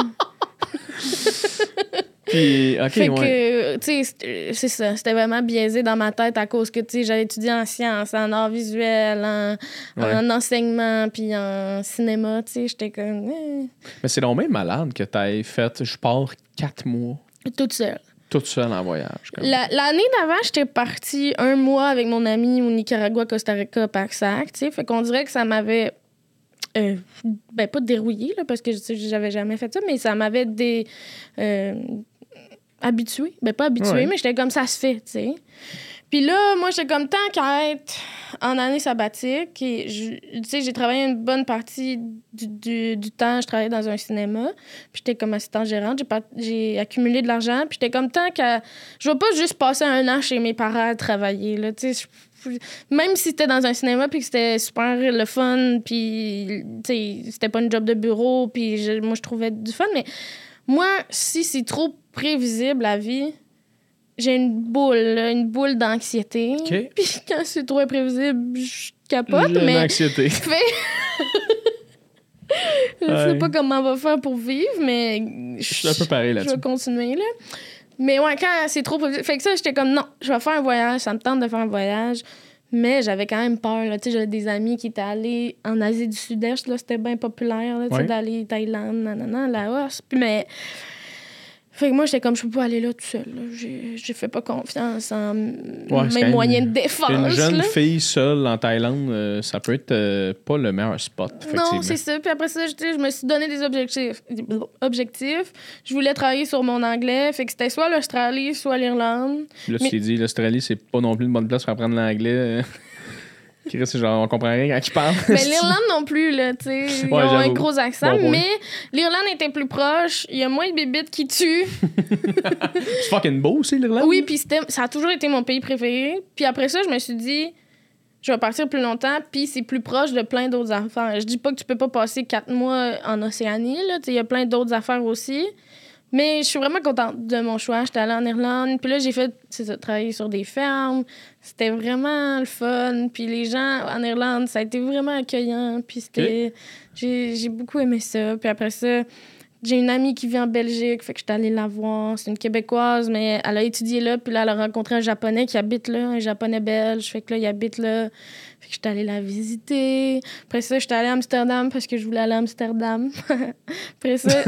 Puis, OK, fait ouais. que, tu sais, c'est ça. C'était vraiment biaisé dans ma tête à cause que, tu sais, j'allais étudier en sciences, en arts visuels, en, ouais. en enseignement, puis en cinéma, tu sais. J'étais comme... Eh. Mais c'est donc même malade que t'aies fait, je pars quatre mois. Toute seule. Toute seule en voyage. La, l'année d'avant, j'étais partie un mois avec mon ami au Nicaragua, Costa Rica, Pac-Sac, tu sais. Fait qu'on dirait que ça m'avait... Euh, ben, pas dérouillé, là, parce que j'avais jamais fait ça, mais ça m'avait des... Euh, habituée. Ben, pas habituée, ouais. mais j'étais comme ça se fait, tu sais. Puis là, moi, j'étais comme tant qu'à être en année sabbatique. Et tu sais, j'ai travaillé une bonne partie du, du, du temps. Je travaillais dans un cinéma. Puis j'étais comme assistante gérante. J'ai, pas, j'ai accumulé de l'argent. Puis j'étais comme tant qu'à... Je vais pas juste passer un an chez mes parents à travailler, là, tu sais. Même si c'était dans un cinéma puis que c'était super le fun, puis, tu sais, c'était pas une job de bureau, puis je, moi, je trouvais du fun, mais moi, si c'est trop prévisible, la vie, j'ai une boule, là, une boule d'anxiété. Okay. Puis quand c'est trop imprévisible, je capote, j'ai mais... Une anxiété. Fait... je sais ouais. pas comment on va faire pour vivre, mais... Je suis un peu pareil là-dessus. Je vais continuer, là. Mais ouais, quand c'est trop prévisible... Fait que ça, j'étais comme, non, je vais faire un voyage, ça me tente de faire un voyage. Mais j'avais quand même peur, là. Tu sais, j'avais des amis qui étaient allés en Asie du Sud-Est, là, c'était bien populaire, là, tu sais, ouais. d'aller Thaïlande, nanana, Laos. Puis, mais... Fait que moi, j'étais comme, je peux pas aller là tout seul. Là. J'ai, j'ai fait pas confiance en ouais, mes moyens de défense. Une jeune là. fille seule en Thaïlande, euh, ça peut être euh, pas le meilleur spot, effectivement. Non, c'est ça. Puis après ça, je me suis donné des objectifs. objectifs. Je voulais travailler sur mon anglais. Fait que c'était soit l'Australie, soit l'Irlande. Là, tu Mais... t'es dit, l'Australie, c'est pas non plus une bonne place pour apprendre l'anglais. C'est genre, on comprend rien quand ils parlent. Mais l'Irlande non plus, là, tu sais. Ils ouais, ont j'avoue. un gros accent, bon, mais l'Irlande était plus proche. Il y a moins de bébites qui tuent. C'est fucking beau aussi, l'Irlande. Oui, puis ça a toujours été mon pays préféré. Puis après ça, je me suis dit, je vais partir plus longtemps, puis c'est plus proche de plein d'autres affaires. Je dis pas que tu peux pas passer quatre mois en Océanie, là. Tu sais, il y a plein d'autres affaires aussi. Mais je suis vraiment contente de mon choix. J'étais allée en Irlande. Puis là, j'ai fait, c'est ça, travailler sur des fermes. C'était vraiment le fun. Puis les gens en Irlande, ça a été vraiment accueillant. Puis c'était... Okay. J'ai, j'ai beaucoup aimé ça. Puis après ça, j'ai une amie qui vit en Belgique. Fait que j'étais allée la voir. C'est une Québécoise, mais elle a étudié là. Puis là, elle a rencontré un Japonais qui habite là, un Japonais belge. Fait que là, il habite là. Fait que j'étais allée la visiter. Après ça, j'étais allée à Amsterdam parce que je voulais aller à Amsterdam. Après ça...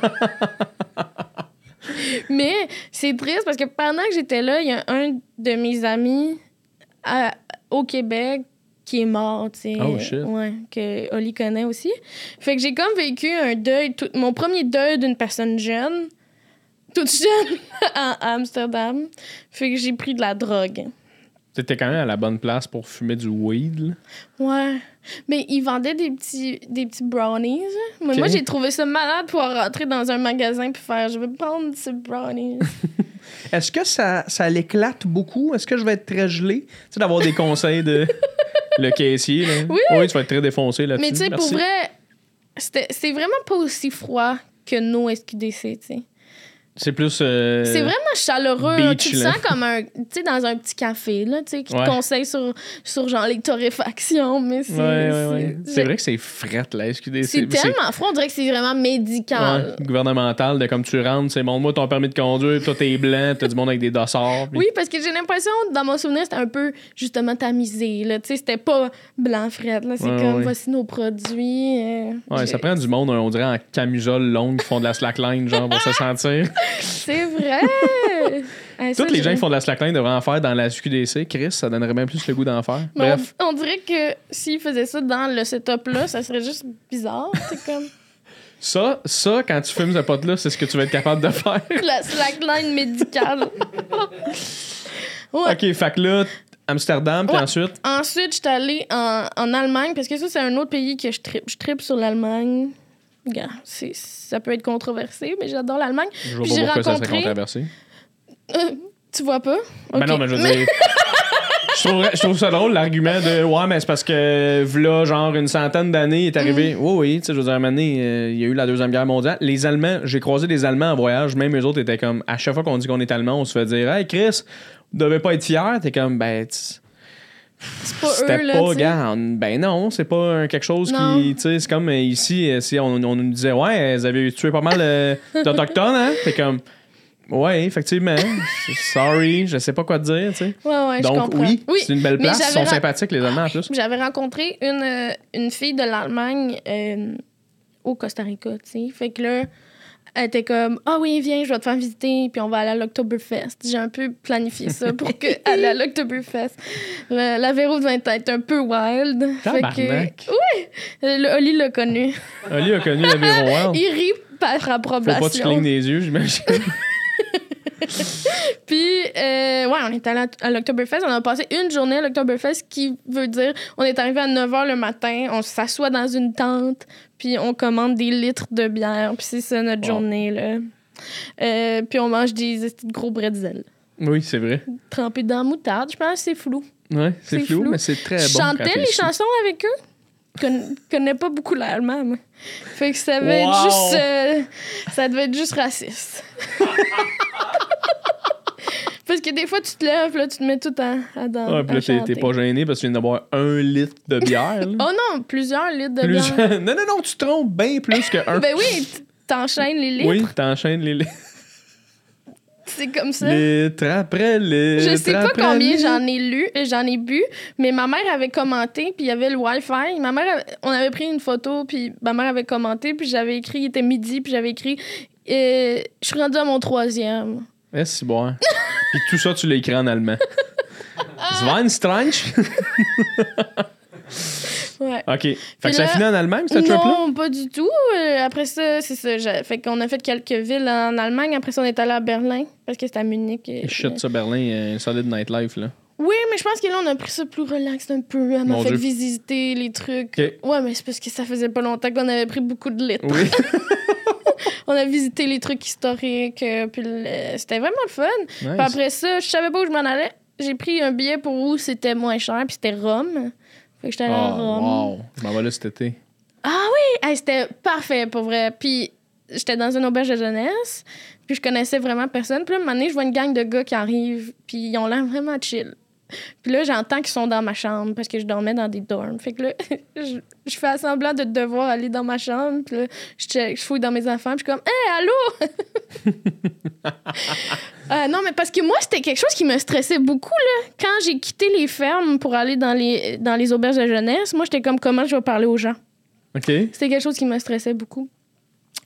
Mais c'est triste parce que pendant que j'étais là, il y a un de mes amis à, au Québec qui est mort, tu sais. Oh, shit. Ouais, que Oli connaît aussi. Fait que j'ai comme vécu un deuil, tout, mon premier deuil d'une personne jeune, toute jeune, à Amsterdam. Fait que j'ai pris de la drogue. T'étais quand même à la bonne place pour fumer du weed, là. Ouais. Mais ils vendaient des petits, des petits brownies. Mais okay. Moi, j'ai trouvé ça malade pour rentrer dans un magasin puis faire « Je vais prendre ce brownies. » Est-ce que ça, ça l'éclate beaucoup? Est-ce que je vais être très gelé? Tu sais, d'avoir des conseils de le caissier, là. Oui. Oui, tu vas être très défoncé là-dessus. Mais tu sais, Merci. pour vrai, c'était, c'est vraiment pas aussi froid que nos S Q D C, tu sais. C'est plus... Euh, c'est vraiment chaleureux. beach, tu te là. sens comme un... Tu sais, dans un petit café, là, tu sais, qui ouais. te conseille sur, sur, genre, les torréfactions, mais c'est... Ouais, ouais, ouais. C'est, c'est vrai que c'est frette, la S Q D C. C'est tellement froid, on dirait que c'est vraiment médical. Ouais, gouvernemental, de comme tu rentres, c'est montre-moi ton permis de conduire, toi t'es blanc, t'as du monde avec des dossards. Puis... Oui, parce que j'ai l'impression, dans mon souvenir, c'était un peu, justement, tamisé, là. Tu sais, c'était pas blanc-frette, là. C'est ouais, comme, ouais. voici nos produits. Euh, ouais, j'ai... ça prend du monde, on dirait, en camisole longue, qui font de la slackline, genre, pour se sentir. C'est vrai! hey, Tous les je... gens qui font de la slackline devraient en faire dans la S Q D C. Chris, ça donnerait bien plus le goût d'en faire. Mais Bref. On, on dirait que s'ils faisaient ça dans le setup-là, ça serait juste bizarre. C'est comme... Ça, ça, quand tu fumes ce pot-là, c'est ce que tu vas être capable de faire. La slackline médicale. ouais. OK, fait que là, Amsterdam, puis ouais. ensuite... Ensuite, je suis allée en, en Allemagne, parce que ça, c'est un autre pays que je tripe. Je tripe sur l'Allemagne. Regarde, c'est, ça peut être controversé, mais j'adore l'Allemagne. Je vois Puis pas j'ai pourquoi rencontré... ça serait controversé. Euh, tu vois pas? Ben okay. non, mais je veux dire... je, trouve, je trouve ça drôle, l'argument de « Ouais, mais c'est parce que, v'là, genre, une centaine d'années, il est arrivé... Mm. » Oui, oui, tu sais, je veux dire, à un moment donné, euh, il y a eu la Deuxième Guerre mondiale. Les Allemands, j'ai croisé des Allemands en voyage, même eux autres étaient comme... À chaque fois qu'on dit qu'on est Allemand, on se fait dire « Hey, Chris, vous devez pas être fiers. » T'es comme, ben... C'est pas C'était eux, là, pas, gars, ben non, c'est pas quelque chose non. qui, tu sais, c'est comme ici, si on, on nous disait, ouais, vous avez tué pas mal euh, d'Autochtones, hein? C'est comme, ouais, effectivement, sorry, je sais pas quoi te dire, tu sais. Ouais, ouais, donc, je comprends. oui, oui, c'est une belle place, ils sont ra- sympathiques, les Allemands, en plus. J'avais rencontré une, euh, une fille de l'Allemagne euh, au Costa Rica, tu sais. Fait que là, elle était comme, ah oh oui, viens, je vais te faire visiter, puis on va aller à l'Oktoberfest. J'ai un peu planifié ça pour que aller à l'Oktoberfest. Le, la Véro devait être un peu wild. Tabarnak. Fait que, oui, le, Oli l'a connu. Oli a connu la Véro wild. Il rit par approbation. Faut pas que tu clignes des yeux, j'imagine. Puis, euh, ouais, on est allé à l'Oktoberfest. On a passé une journée à l'Oktoberfest, qui veut dire on est arrivé à neuf heures le matin, on s'assoit dans une tente, puis on commande des litres de bière. Puis c'est ça notre wow. journée, là. Euh, puis on mange des, des gros bretzels. Oui, c'est vrai. Trempés dans la moutarde, je pense que c'est flou. Ouais, c'est, c'est flou, flou, mais c'est très je bon. Je chantais les ici. chansons avec eux. Je ne connais pas beaucoup l'allemand, moi. Fait que ça devait wow. être juste... Euh, ça devait être juste raciste. Parce que des fois, tu te lèves, là, tu te mets tout à, à dans. Ah, puis là, t'es, t'es pas gêné parce que tu viens d'avoir un litre de bière. Là. Oh non, plusieurs litres de Plus... bière. non, non, non, tu te trompes bien plus que un. Ben oui, t'enchaînes les litres. Oui, t'enchaînes les litres. C'est comme ça. Litre après litre. Je sais pas combien litre. j'en ai lu, j'en ai bu, mais ma mère avait commenté, puis il y avait le Wi-Fi. Ma mère, avait, on avait pris une photo, puis ma mère avait commenté, puis j'avais écrit, il était midi, puis j'avais écrit, euh, je suis rendue à mon troisième. Eh, c'est bon. Puis tout ça, tu l'as écrit en allemand. Zweinstranch. Ouais. OK. Fait que là, ça a fini en Allemagne, cette trip-là? Non, pas du tout. Euh, après ça, c'est ça. J'ai... Fait qu'on a fait quelques villes en Allemagne. Après ça, on est allé à Berlin, parce que c'était à Munich. Et, et shit, ça, Berlin, un euh, solide nightlife, là. Oui, mais je pense que là, on a pris ça plus relax un peu. Elle m'a Mon fait Dieu. visiter les trucs. Okay. Ouais, mais c'est parce que ça faisait pas longtemps qu'on avait pris beaucoup de litres. Oui. On a visité les trucs historiques. Euh, puis le... c'était vraiment le fun. Nice. Puis après ça, je savais pas où je m'en allais. J'ai pris un billet pour où c'était moins cher, puis c'était Rome. Fait que j'étais allée oh, à Rome. Wow. Je m'en vais là cet été. Ah oui! Hey, c'était parfait, pour vrai. Puis j'étais dans une auberge de jeunesse, puis je connaissais vraiment personne. Puis là, un moment donné, je vois une gang de gars qui arrivent, puis ils ont l'air vraiment chill. Puis là, j'entends qu'ils sont dans ma chambre parce que je dormais dans des dorms. Fait que là, je, je fais semblant de devoir aller dans ma chambre. Puis là, je, check, je fouille dans mes affaires. Puis je suis comme, hé, hey, allô? euh, non, mais parce que moi, c'était quelque chose qui me stressait beaucoup, là. Quand j'ai quitté les fermes pour aller dans les, dans les auberges de jeunesse, moi, j'étais comme, comment je vais parler aux gens? OK. C'était quelque chose qui me stressait beaucoup.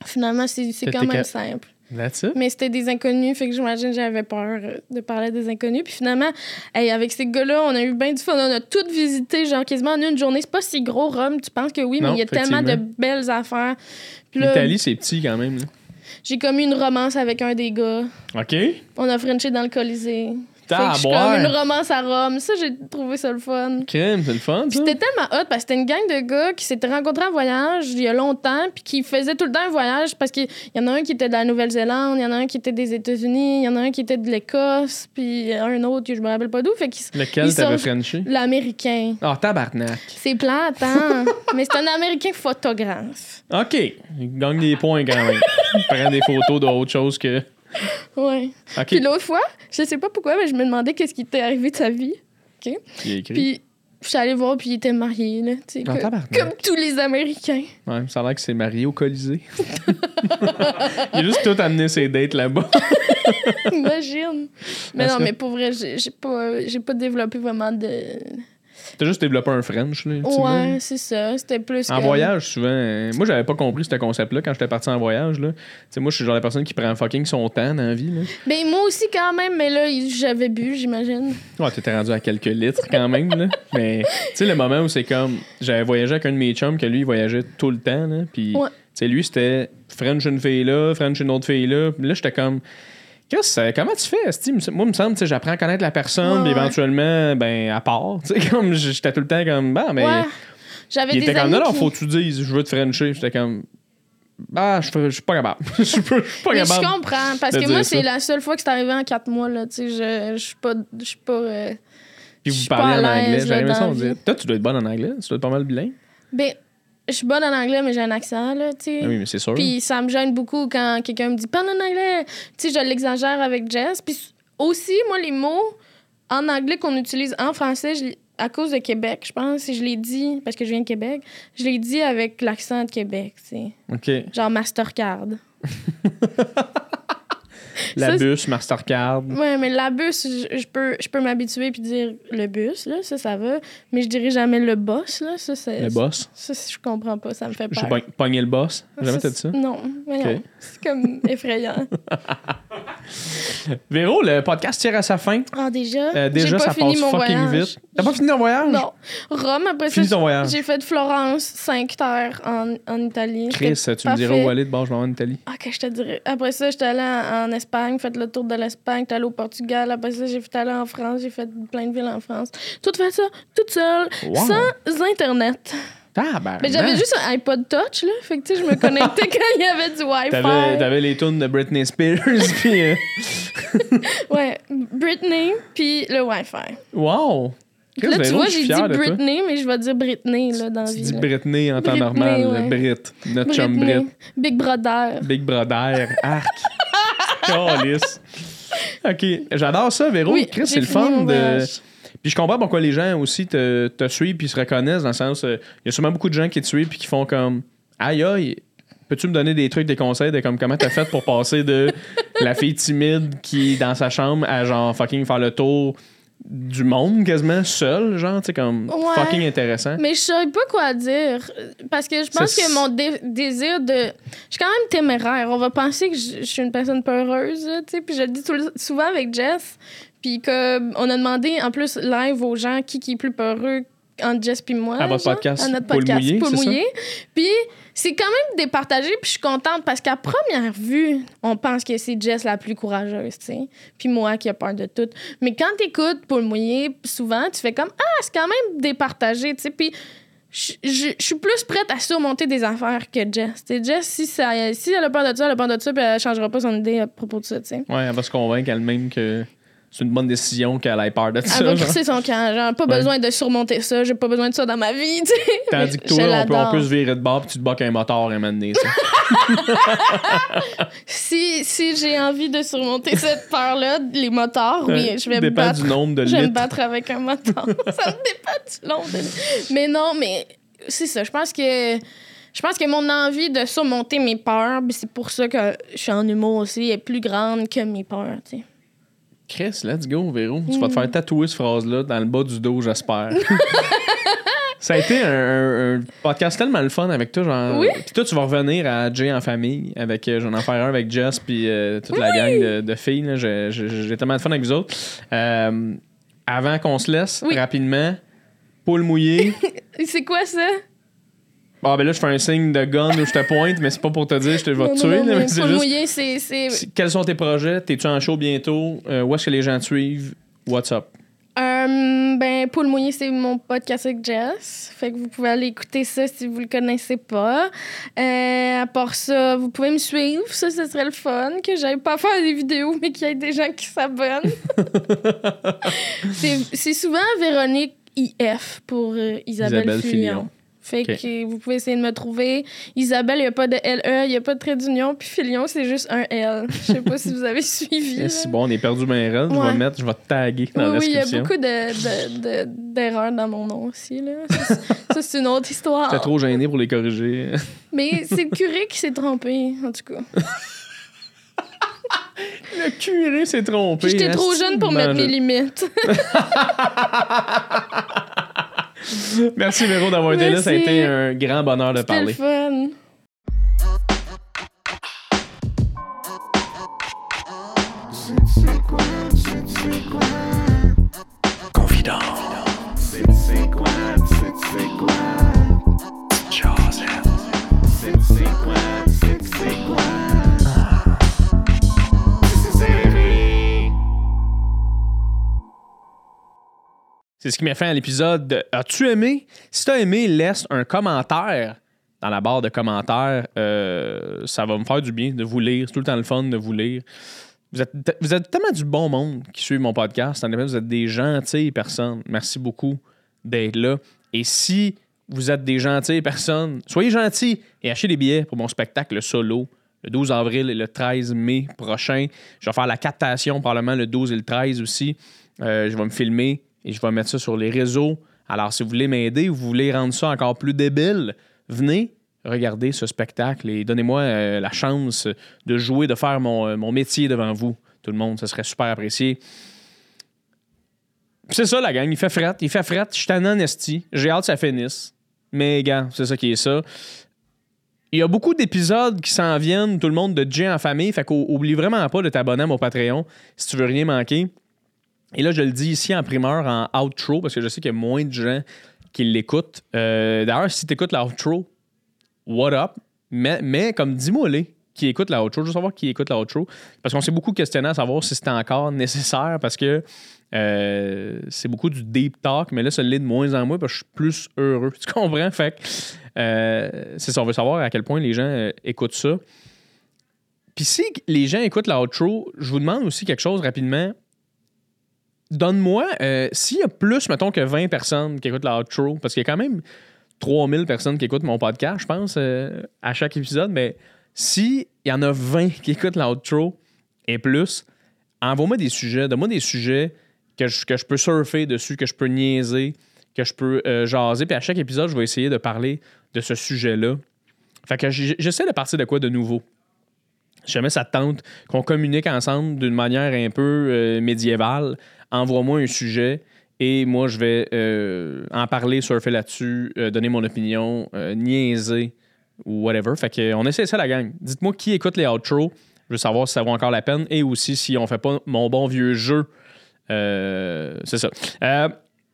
Finalement, c'est, c'est quand même ca... simple. That's it. Mais c'était des inconnus, fait que j'imagine que j'avais peur de parler des inconnus. Puis finalement, hey, avec ces gars-là, on a eu bien du fun. On a tout visité, genre quasiment en une journée. C'est pas si gros, Rome, tu penses que oui, non, mais il y a tellement de belles affaires. Puis là, l'Italie, c'est petit quand même. Là. J'ai commis une romance avec un des gars. OK. On a frenché dans le Colisée. Ah, fait que je suis comme une romance à Rome. Ça, j'ai trouvé ça le fun. Crème, c'est le fun, ça. Puis c'était tellement hot parce que c'était une gang de gars qui s'étaient rencontrés en voyage il y a longtemps puis qui faisaient tout le temps un voyage parce qu'il y en a un qui était de la Nouvelle-Zélande, il y en a un qui était des États-Unis, il y en a un qui était de l'Écosse, puis un autre que je me rappelle pas d'où. Fait qu'ils, lequel t'avais frenché? L'Américain. Ah, oh, tabarnak. C'est plate, hein? Mais c'est un Américain photographe. OK. Il gagne des points quand même. Il prend des photos d'autre chose que... Ouais. Okay. Puis l'autre fois, je sais pas pourquoi, mais je me demandais qu'est-ce qui était arrivé de sa vie. OK? Il a écrit. Puis je suis allée voir, puis il était marié, là. Tu sais, oh, que, comme tous les Américains. Ouais, ça a l'air que c'est marié au Colisée. Il a juste tout amené ses dates là-bas. Imagine. Mais Parce non, que... mais pour vrai, j'ai, j'ai, pas, j'ai pas développé vraiment de... T'as juste développé un French, là. Ouais, c'est ça. C'était plus. En comme... voyage, souvent. Euh, moi, j'avais pas compris ce concept-là quand j'étais parti en voyage, là. Tu sais, moi, je suis genre la personne qui prend fucking son temps dans la vie, là. Ben, moi aussi, quand même, mais là, j'avais bu, j'imagine. Ouais, t'étais rendu à quelques litres, quand même, là. Mais, tu sais, le moment où c'est comme. J'avais voyagé avec un de mes chums, que lui, il voyageait tout le temps, là. Puis, ouais. tu sais, lui, c'était French une fille là, French une autre fille là. Puis là, j'étais comme. Comment tu fais, Steve? Moi, il me semble, j'apprends à connaître la personne, ouais, puis éventuellement, ben, à part. Comme j'étais tout le temps comme, bah, mais. Ouais. J'avais il des était comme, non, non, qui... faut que tu dises, je veux te frencher. J'étais comme, bah, je suis pas capable. Je suis pas mais capable. Je comprends, parce que moi, c'est ça. La seule fois que c'est arrivé en quatre mois, là. Tu sais, je suis pas. Je suis pas. Euh, puis vous parlez en anglais, j'avais aimé ça, on dit. Toi, tu dois être bonne en anglais, tu dois être pas mal bilingue. Ben. Je suis bonne en anglais, mais j'ai un accent, là, tu sais. Ah oui, mais c'est sûr. Puis ça me gêne beaucoup quand quelqu'un me dit « Parle en anglais! » Tu sais, je l'exagère avec Jess. Puis aussi, moi, les mots en anglais qu'on utilise en français, je, à cause de Québec, je pense, si je l'ai dit, parce que je viens de Québec, je l'ai dit avec l'accent de Québec, tu sais. OK. Genre Mastercard. La ça, bus, Mastercard. Ouais, mais la bus, je, je peux, je peux m'habituer puis dire le bus, là, ça, ça va. Mais je dirais jamais le boss, là. Ça, c'est, le boss? Ça, je comprends pas, ça me fait peur. J'ai pogné le boss. Jamais t'as dit ça? Non, mais okay. Non. C'est comme effrayant. Véro, le podcast tire à sa fin. Ah, déjà? Euh, déjà, j'ai pas ça fini passe mon fucking voyage. vite. T'as pas fini ton voyage? Non. Rome, après fini ça, ton voyage. J'ai fait Florence, cinq terres en, en Italie. Chris, C'était tu parfait. Me diras où aller de bord, je m'en vais en Italie. Ok, je te dirais. Après ça, j'étais allée en, en Espagne, fait le tour de l'Espagne, j'étais allée au Portugal. Après ça, j'ai fait aller en France, j'ai fait plein de villes en France. Tout fait ça, toute seule, wow. Sans Internet. Ah, ben, mais j'avais juste un iPod Touch, là. Fait que, tu sais, je me connectais quand il y avait du Wi-Fi. T'avais, t'avais les tunes de Britney Spears, puis... Euh... ouais, Britney, puis le Wi-Fi. Wow! Là, tu vois, j'ai dit Britney, mais je vais dire Britney, là, dans la vie. Tu dis Britney en temps Britney, normal, ouais. Brit. Notre chum Brit. Big Brother. Big Brother. Arc. Calice. OK. J'adore ça, Véro. Oui, Chris, c'est le fun de... Puis je comprends pourquoi les gens aussi te, te suivent puis se reconnaissent, dans le sens... Il euh, y a sûrement beaucoup de gens qui te suivent puis qui font comme... Aïe, aïe, peux-tu me donner des trucs, des conseils de comme comment t'as fait pour passer de la fille timide qui est dans sa chambre à genre fucking faire le tour du monde quasiment seul, genre, tu sais, comme ouais, fucking intéressant. Mais je sais pas quoi dire. Parce que je pense c'est... que mon dé- désir de... Je suis quand même téméraire. On va penser que je, je suis une personne peureuse, tu sais, puis je le dis tout le... souvent avec Jess. Puis on a demandé, en plus, live aux gens qui, qui est plus peureux entre Jess puis moi. À votre genre, podcast. À notre podcast. Paul Mouillé, Paul c'est Mouillé. Ça? Puis c'est quand même départagé, puis je suis contente parce qu'à première vue, on pense que c'est Jess la plus courageuse, tu sais. Puis moi qui a peur de tout. Mais quand t'écoutes Paul Mouillé, souvent, tu fais comme « Ah, c'est quand même départagé, tu sais. » Puis je, je, je suis plus prête à surmonter des affaires que Jess. T'sais, Jess, si, ça, si elle a peur de ça, elle a peur de ça, puis elle changera pas son idée à propos de ça, tu sais. Ouais, elle va se convaincre elle-même que... C'est une bonne décision qu'elle ait peur de ça. Elle va crisser son camp. Genre, pas ouais. besoin de surmonter ça. J'ai pas besoin de ça dans ma vie, tu sais. Tandis que toi, on peut, on peut se virer de bord puis tu te bats qu'un moteur un moment donné, ça. si si j'ai envie de surmonter cette peur-là, les moteurs, oui, je vais me battre. Du nombre de je vais litres. me battre avec un moteur. Ça me dépend du nombre de litres. Mais non, mais c'est ça. Je pense que... Je pense que mon envie de surmonter mes peurs, c'est pour ça que je suis en humour aussi, est plus grande que mes peurs, tu sais. Chris, let's go, Véro. Tu vas te faire tatouer cette phrase-là dans le bas du dos, j'espère. Ça a été un, un, un podcast tellement le fun avec toi. Genre, oui? Puis toi, tu vas revenir à Jay en famille. Avec, euh, j'en en faire un avec Jess puis euh, toute oui! la gang de, de filles. Là. J'ai, j'ai, j'ai tellement de fun avec vous autres. Euh, avant qu'on se laisse, oui. rapidement, poule mouillée. C'est quoi ça? Ah, ben là, je fais un signe de gun où je te pointe, mais c'est pas pour te dire je te vais te tuer. Non, non, là, mais c'est poule juste, mouillée, c'est, c'est... Quels sont tes projets? T'es-tu en show bientôt? Euh, où est-ce que les gens te suivent? What's up? Um, ben, Poule mouillée, c'est mon podcast avec Jess. Fait que vous pouvez aller écouter ça si vous le connaissez pas. Euh, à part ça, vous pouvez me suivre. Ça, ce serait le fun. Que j'aille pas faire des vidéos, mais qu'il y ait des gens qui s'abonnent. c'est, c'est souvent Véronique I F pour euh, Isabelle, Isabelle Filion. Filion. Fait okay. que vous pouvez essayer de me trouver. Isabelle, il n'y a pas de L E, il n'y a pas de trait d'union. Puis Filion, c'est juste un L. Je sais pas si vous avez suivi. C'est bon, on est perdu bien raide. Ouais. Je vais mettre, je vais te taguer dans oui, la description. Oui, il y a beaucoup de, de, de, d'erreurs dans mon nom aussi. Là. Ça, ça, c'est une autre histoire. T'es trop gêné pour les corriger. Mais c'est le curé qui s'est trompé, en tout cas. Le curé s'est trompé. J'étais hein, trop jeune pour mettre mes limites. Merci Véro d'avoir été là, ça a été un grand bonheur de C'était parler. C'était le fun. Confident. C'est ce qui m'a fait à l'épisode. As-tu aimé? Si t'as aimé, laisse un commentaire dans la barre de commentaires. Euh, ça va me faire du bien de vous lire. C'est tout le temps le fun de vous lire. Vous êtes, vous êtes tellement du bon monde qui suit mon podcast. Vous êtes des gentilles personnes. Merci beaucoup d'être là. Et si vous êtes des gentilles personnes, soyez gentils et achetez des billets pour mon spectacle solo le douze avril et le treize mai prochain. Je vais faire la captation probablement le douze et le treize aussi. Euh, je vais me filmer. Et je vais mettre ça sur les réseaux. Alors, si vous voulez m'aider ou vous voulez rendre ça encore plus débile, venez regarder ce spectacle et donnez-moi euh, la chance de jouer, de faire mon, euh, mon métier devant vous. Tout le monde, ça serait super apprécié. Puis c'est ça, la gang. Il fait fret. Il fait fret. Je suis en esti. J'ai hâte que ça finisse. Mais, gars, c'est ça qui est ça. Il y a beaucoup d'épisodes qui s'en viennent, tout le monde de Jay en famille. Fait qu'oublie vraiment pas de t'abonner à mon Patreon si tu veux rien manquer. Et là, je le dis ici en primeur, en outro, parce que je sais qu'il y a moins de gens qui l'écoutent. Euh, d'ailleurs, si tu écoutes l'outro, what up? Mais, mais comme dis-moi les qui écoute l'outro, je veux savoir qui écoute l'outro. Parce qu'on s'est beaucoup questionné à savoir si c'était encore nécessaire, parce que euh, c'est beaucoup du deep talk, mais là, ça l'est de moins en moins, parce que je suis plus heureux. Tu comprends? Fait que euh, c'est ça, on veut savoir à quel point les gens euh, écoutent ça. Puis si les gens écoutent l'outro, je vous demande aussi quelque chose rapidement. Donne-moi, euh, s'il y a plus, mettons, que vingt personnes qui écoutent l'outro, parce qu'il y a quand même trois mille personnes qui écoutent mon podcast, je pense, euh, à chaque épisode, mais s'il y en a vingt qui écoutent l'outro et plus, envoie-moi des sujets, donne-moi des sujets que je, que je peux surfer dessus, que je peux niaiser, que je peux euh, jaser, puis à chaque épisode, je vais essayer de parler de ce sujet-là. Fait que j'essaie de partir de quoi de nouveau. Si jamais ça te tente qu'on communique ensemble d'une manière un peu euh, médiévale, envoie-moi un sujet et moi, je vais euh, en parler, surfer là-dessus, euh, donner mon opinion, euh, niaiser ou whatever. Fait qu'on essaie ça, la gang. Dites-moi qui écoute les outros. Je veux savoir si ça vaut encore la peine et aussi si on fait pas mon bon vieux jeu. Euh, c'est ça. Euh,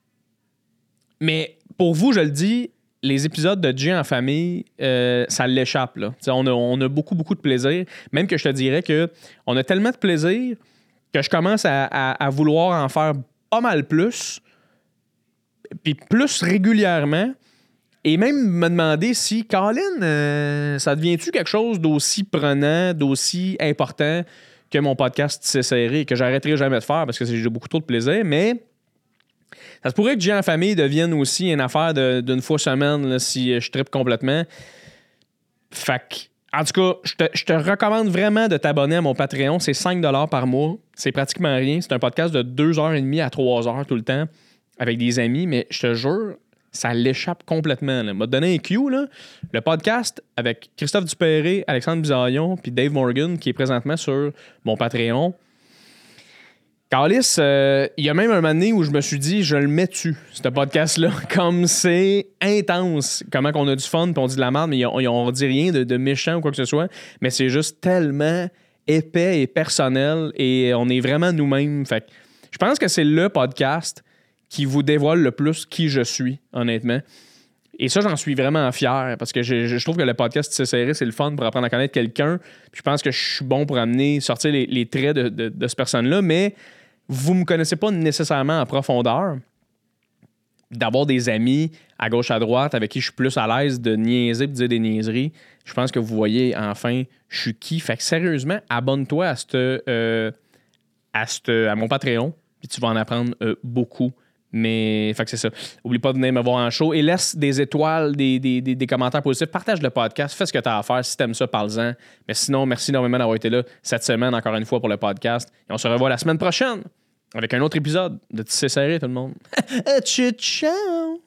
mais pour vous, je le dis, les épisodes de Jay en famille, euh, ça l'échappe. Là. On a, on a beaucoup, beaucoup de plaisir. Même que je te dirais qu'on a tellement de plaisir que je commence à, à, à vouloir en faire pas mal plus, puis plus régulièrement, et même me demander si, Colin, euh, ça devient-tu quelque chose d'aussi prenant, d'aussi important que mon podcast C'est serré, que j'arrêterai jamais de faire parce que j'ai beaucoup trop de plaisir, mais ça se pourrait que Jay en famille devienne aussi une affaire de, d'une fois semaine là, si je trippe complètement. Fait que, en tout cas, je te, je te recommande vraiment de t'abonner à mon Patreon. C'est cinq dollars par mois. C'est pratiquement rien. C'est un podcast de deux heures trente à trois heures tout le temps avec des amis, mais je te jure, ça l'échappe complètement. Là. M'a donné un cue, là. Le podcast avec Christophe Dupéré, Alexandre Bisaillon puis Dave Morgan qui est présentement sur mon Patreon. Carlis, il euh, y a même un moment donné où je me suis dit, je le mets-tu, ce podcast-là, comme c'est intense, comment qu'on a du fun, puis on dit de la merde, mais on, on dit rien de, de méchant ou quoi que ce soit, mais c'est juste tellement épais et personnel, et on est vraiment nous-mêmes. Fait que je pense que c'est le podcast qui vous dévoile le plus qui je suis, honnêtement. Et ça, j'en suis vraiment fier, parce que je, je trouve que le podcast Tissé Serré, c'est le fun pour apprendre à connaître quelqu'un, puis je pense que je suis bon pour amener, sortir les, les traits de, de, de cette personne-là, mais vous me connaissez pas nécessairement en profondeur. D'avoir des amis à gauche, à droite, avec qui je suis plus à l'aise de niaiser et de dire des niaiseries, je pense que vous voyez enfin je suis qui. Fait que sérieusement, abonne-toi à, cette, euh, à, cette, à mon Patreon, puis tu vas en apprendre euh, beaucoup. Mais, fait que c'est ça. Oublie pas de venir me voir en show et laisse des étoiles, des, des, des, des commentaires positifs. Partage le podcast, fais ce que tu as à faire. Si t'aimes ça, parle-en. Mais sinon, merci énormément d'avoir été là cette semaine, encore une fois, pour le podcast. Et on se revoit la semaine prochaine avec un autre épisode de Tissé Serré, tout le monde. Ciao!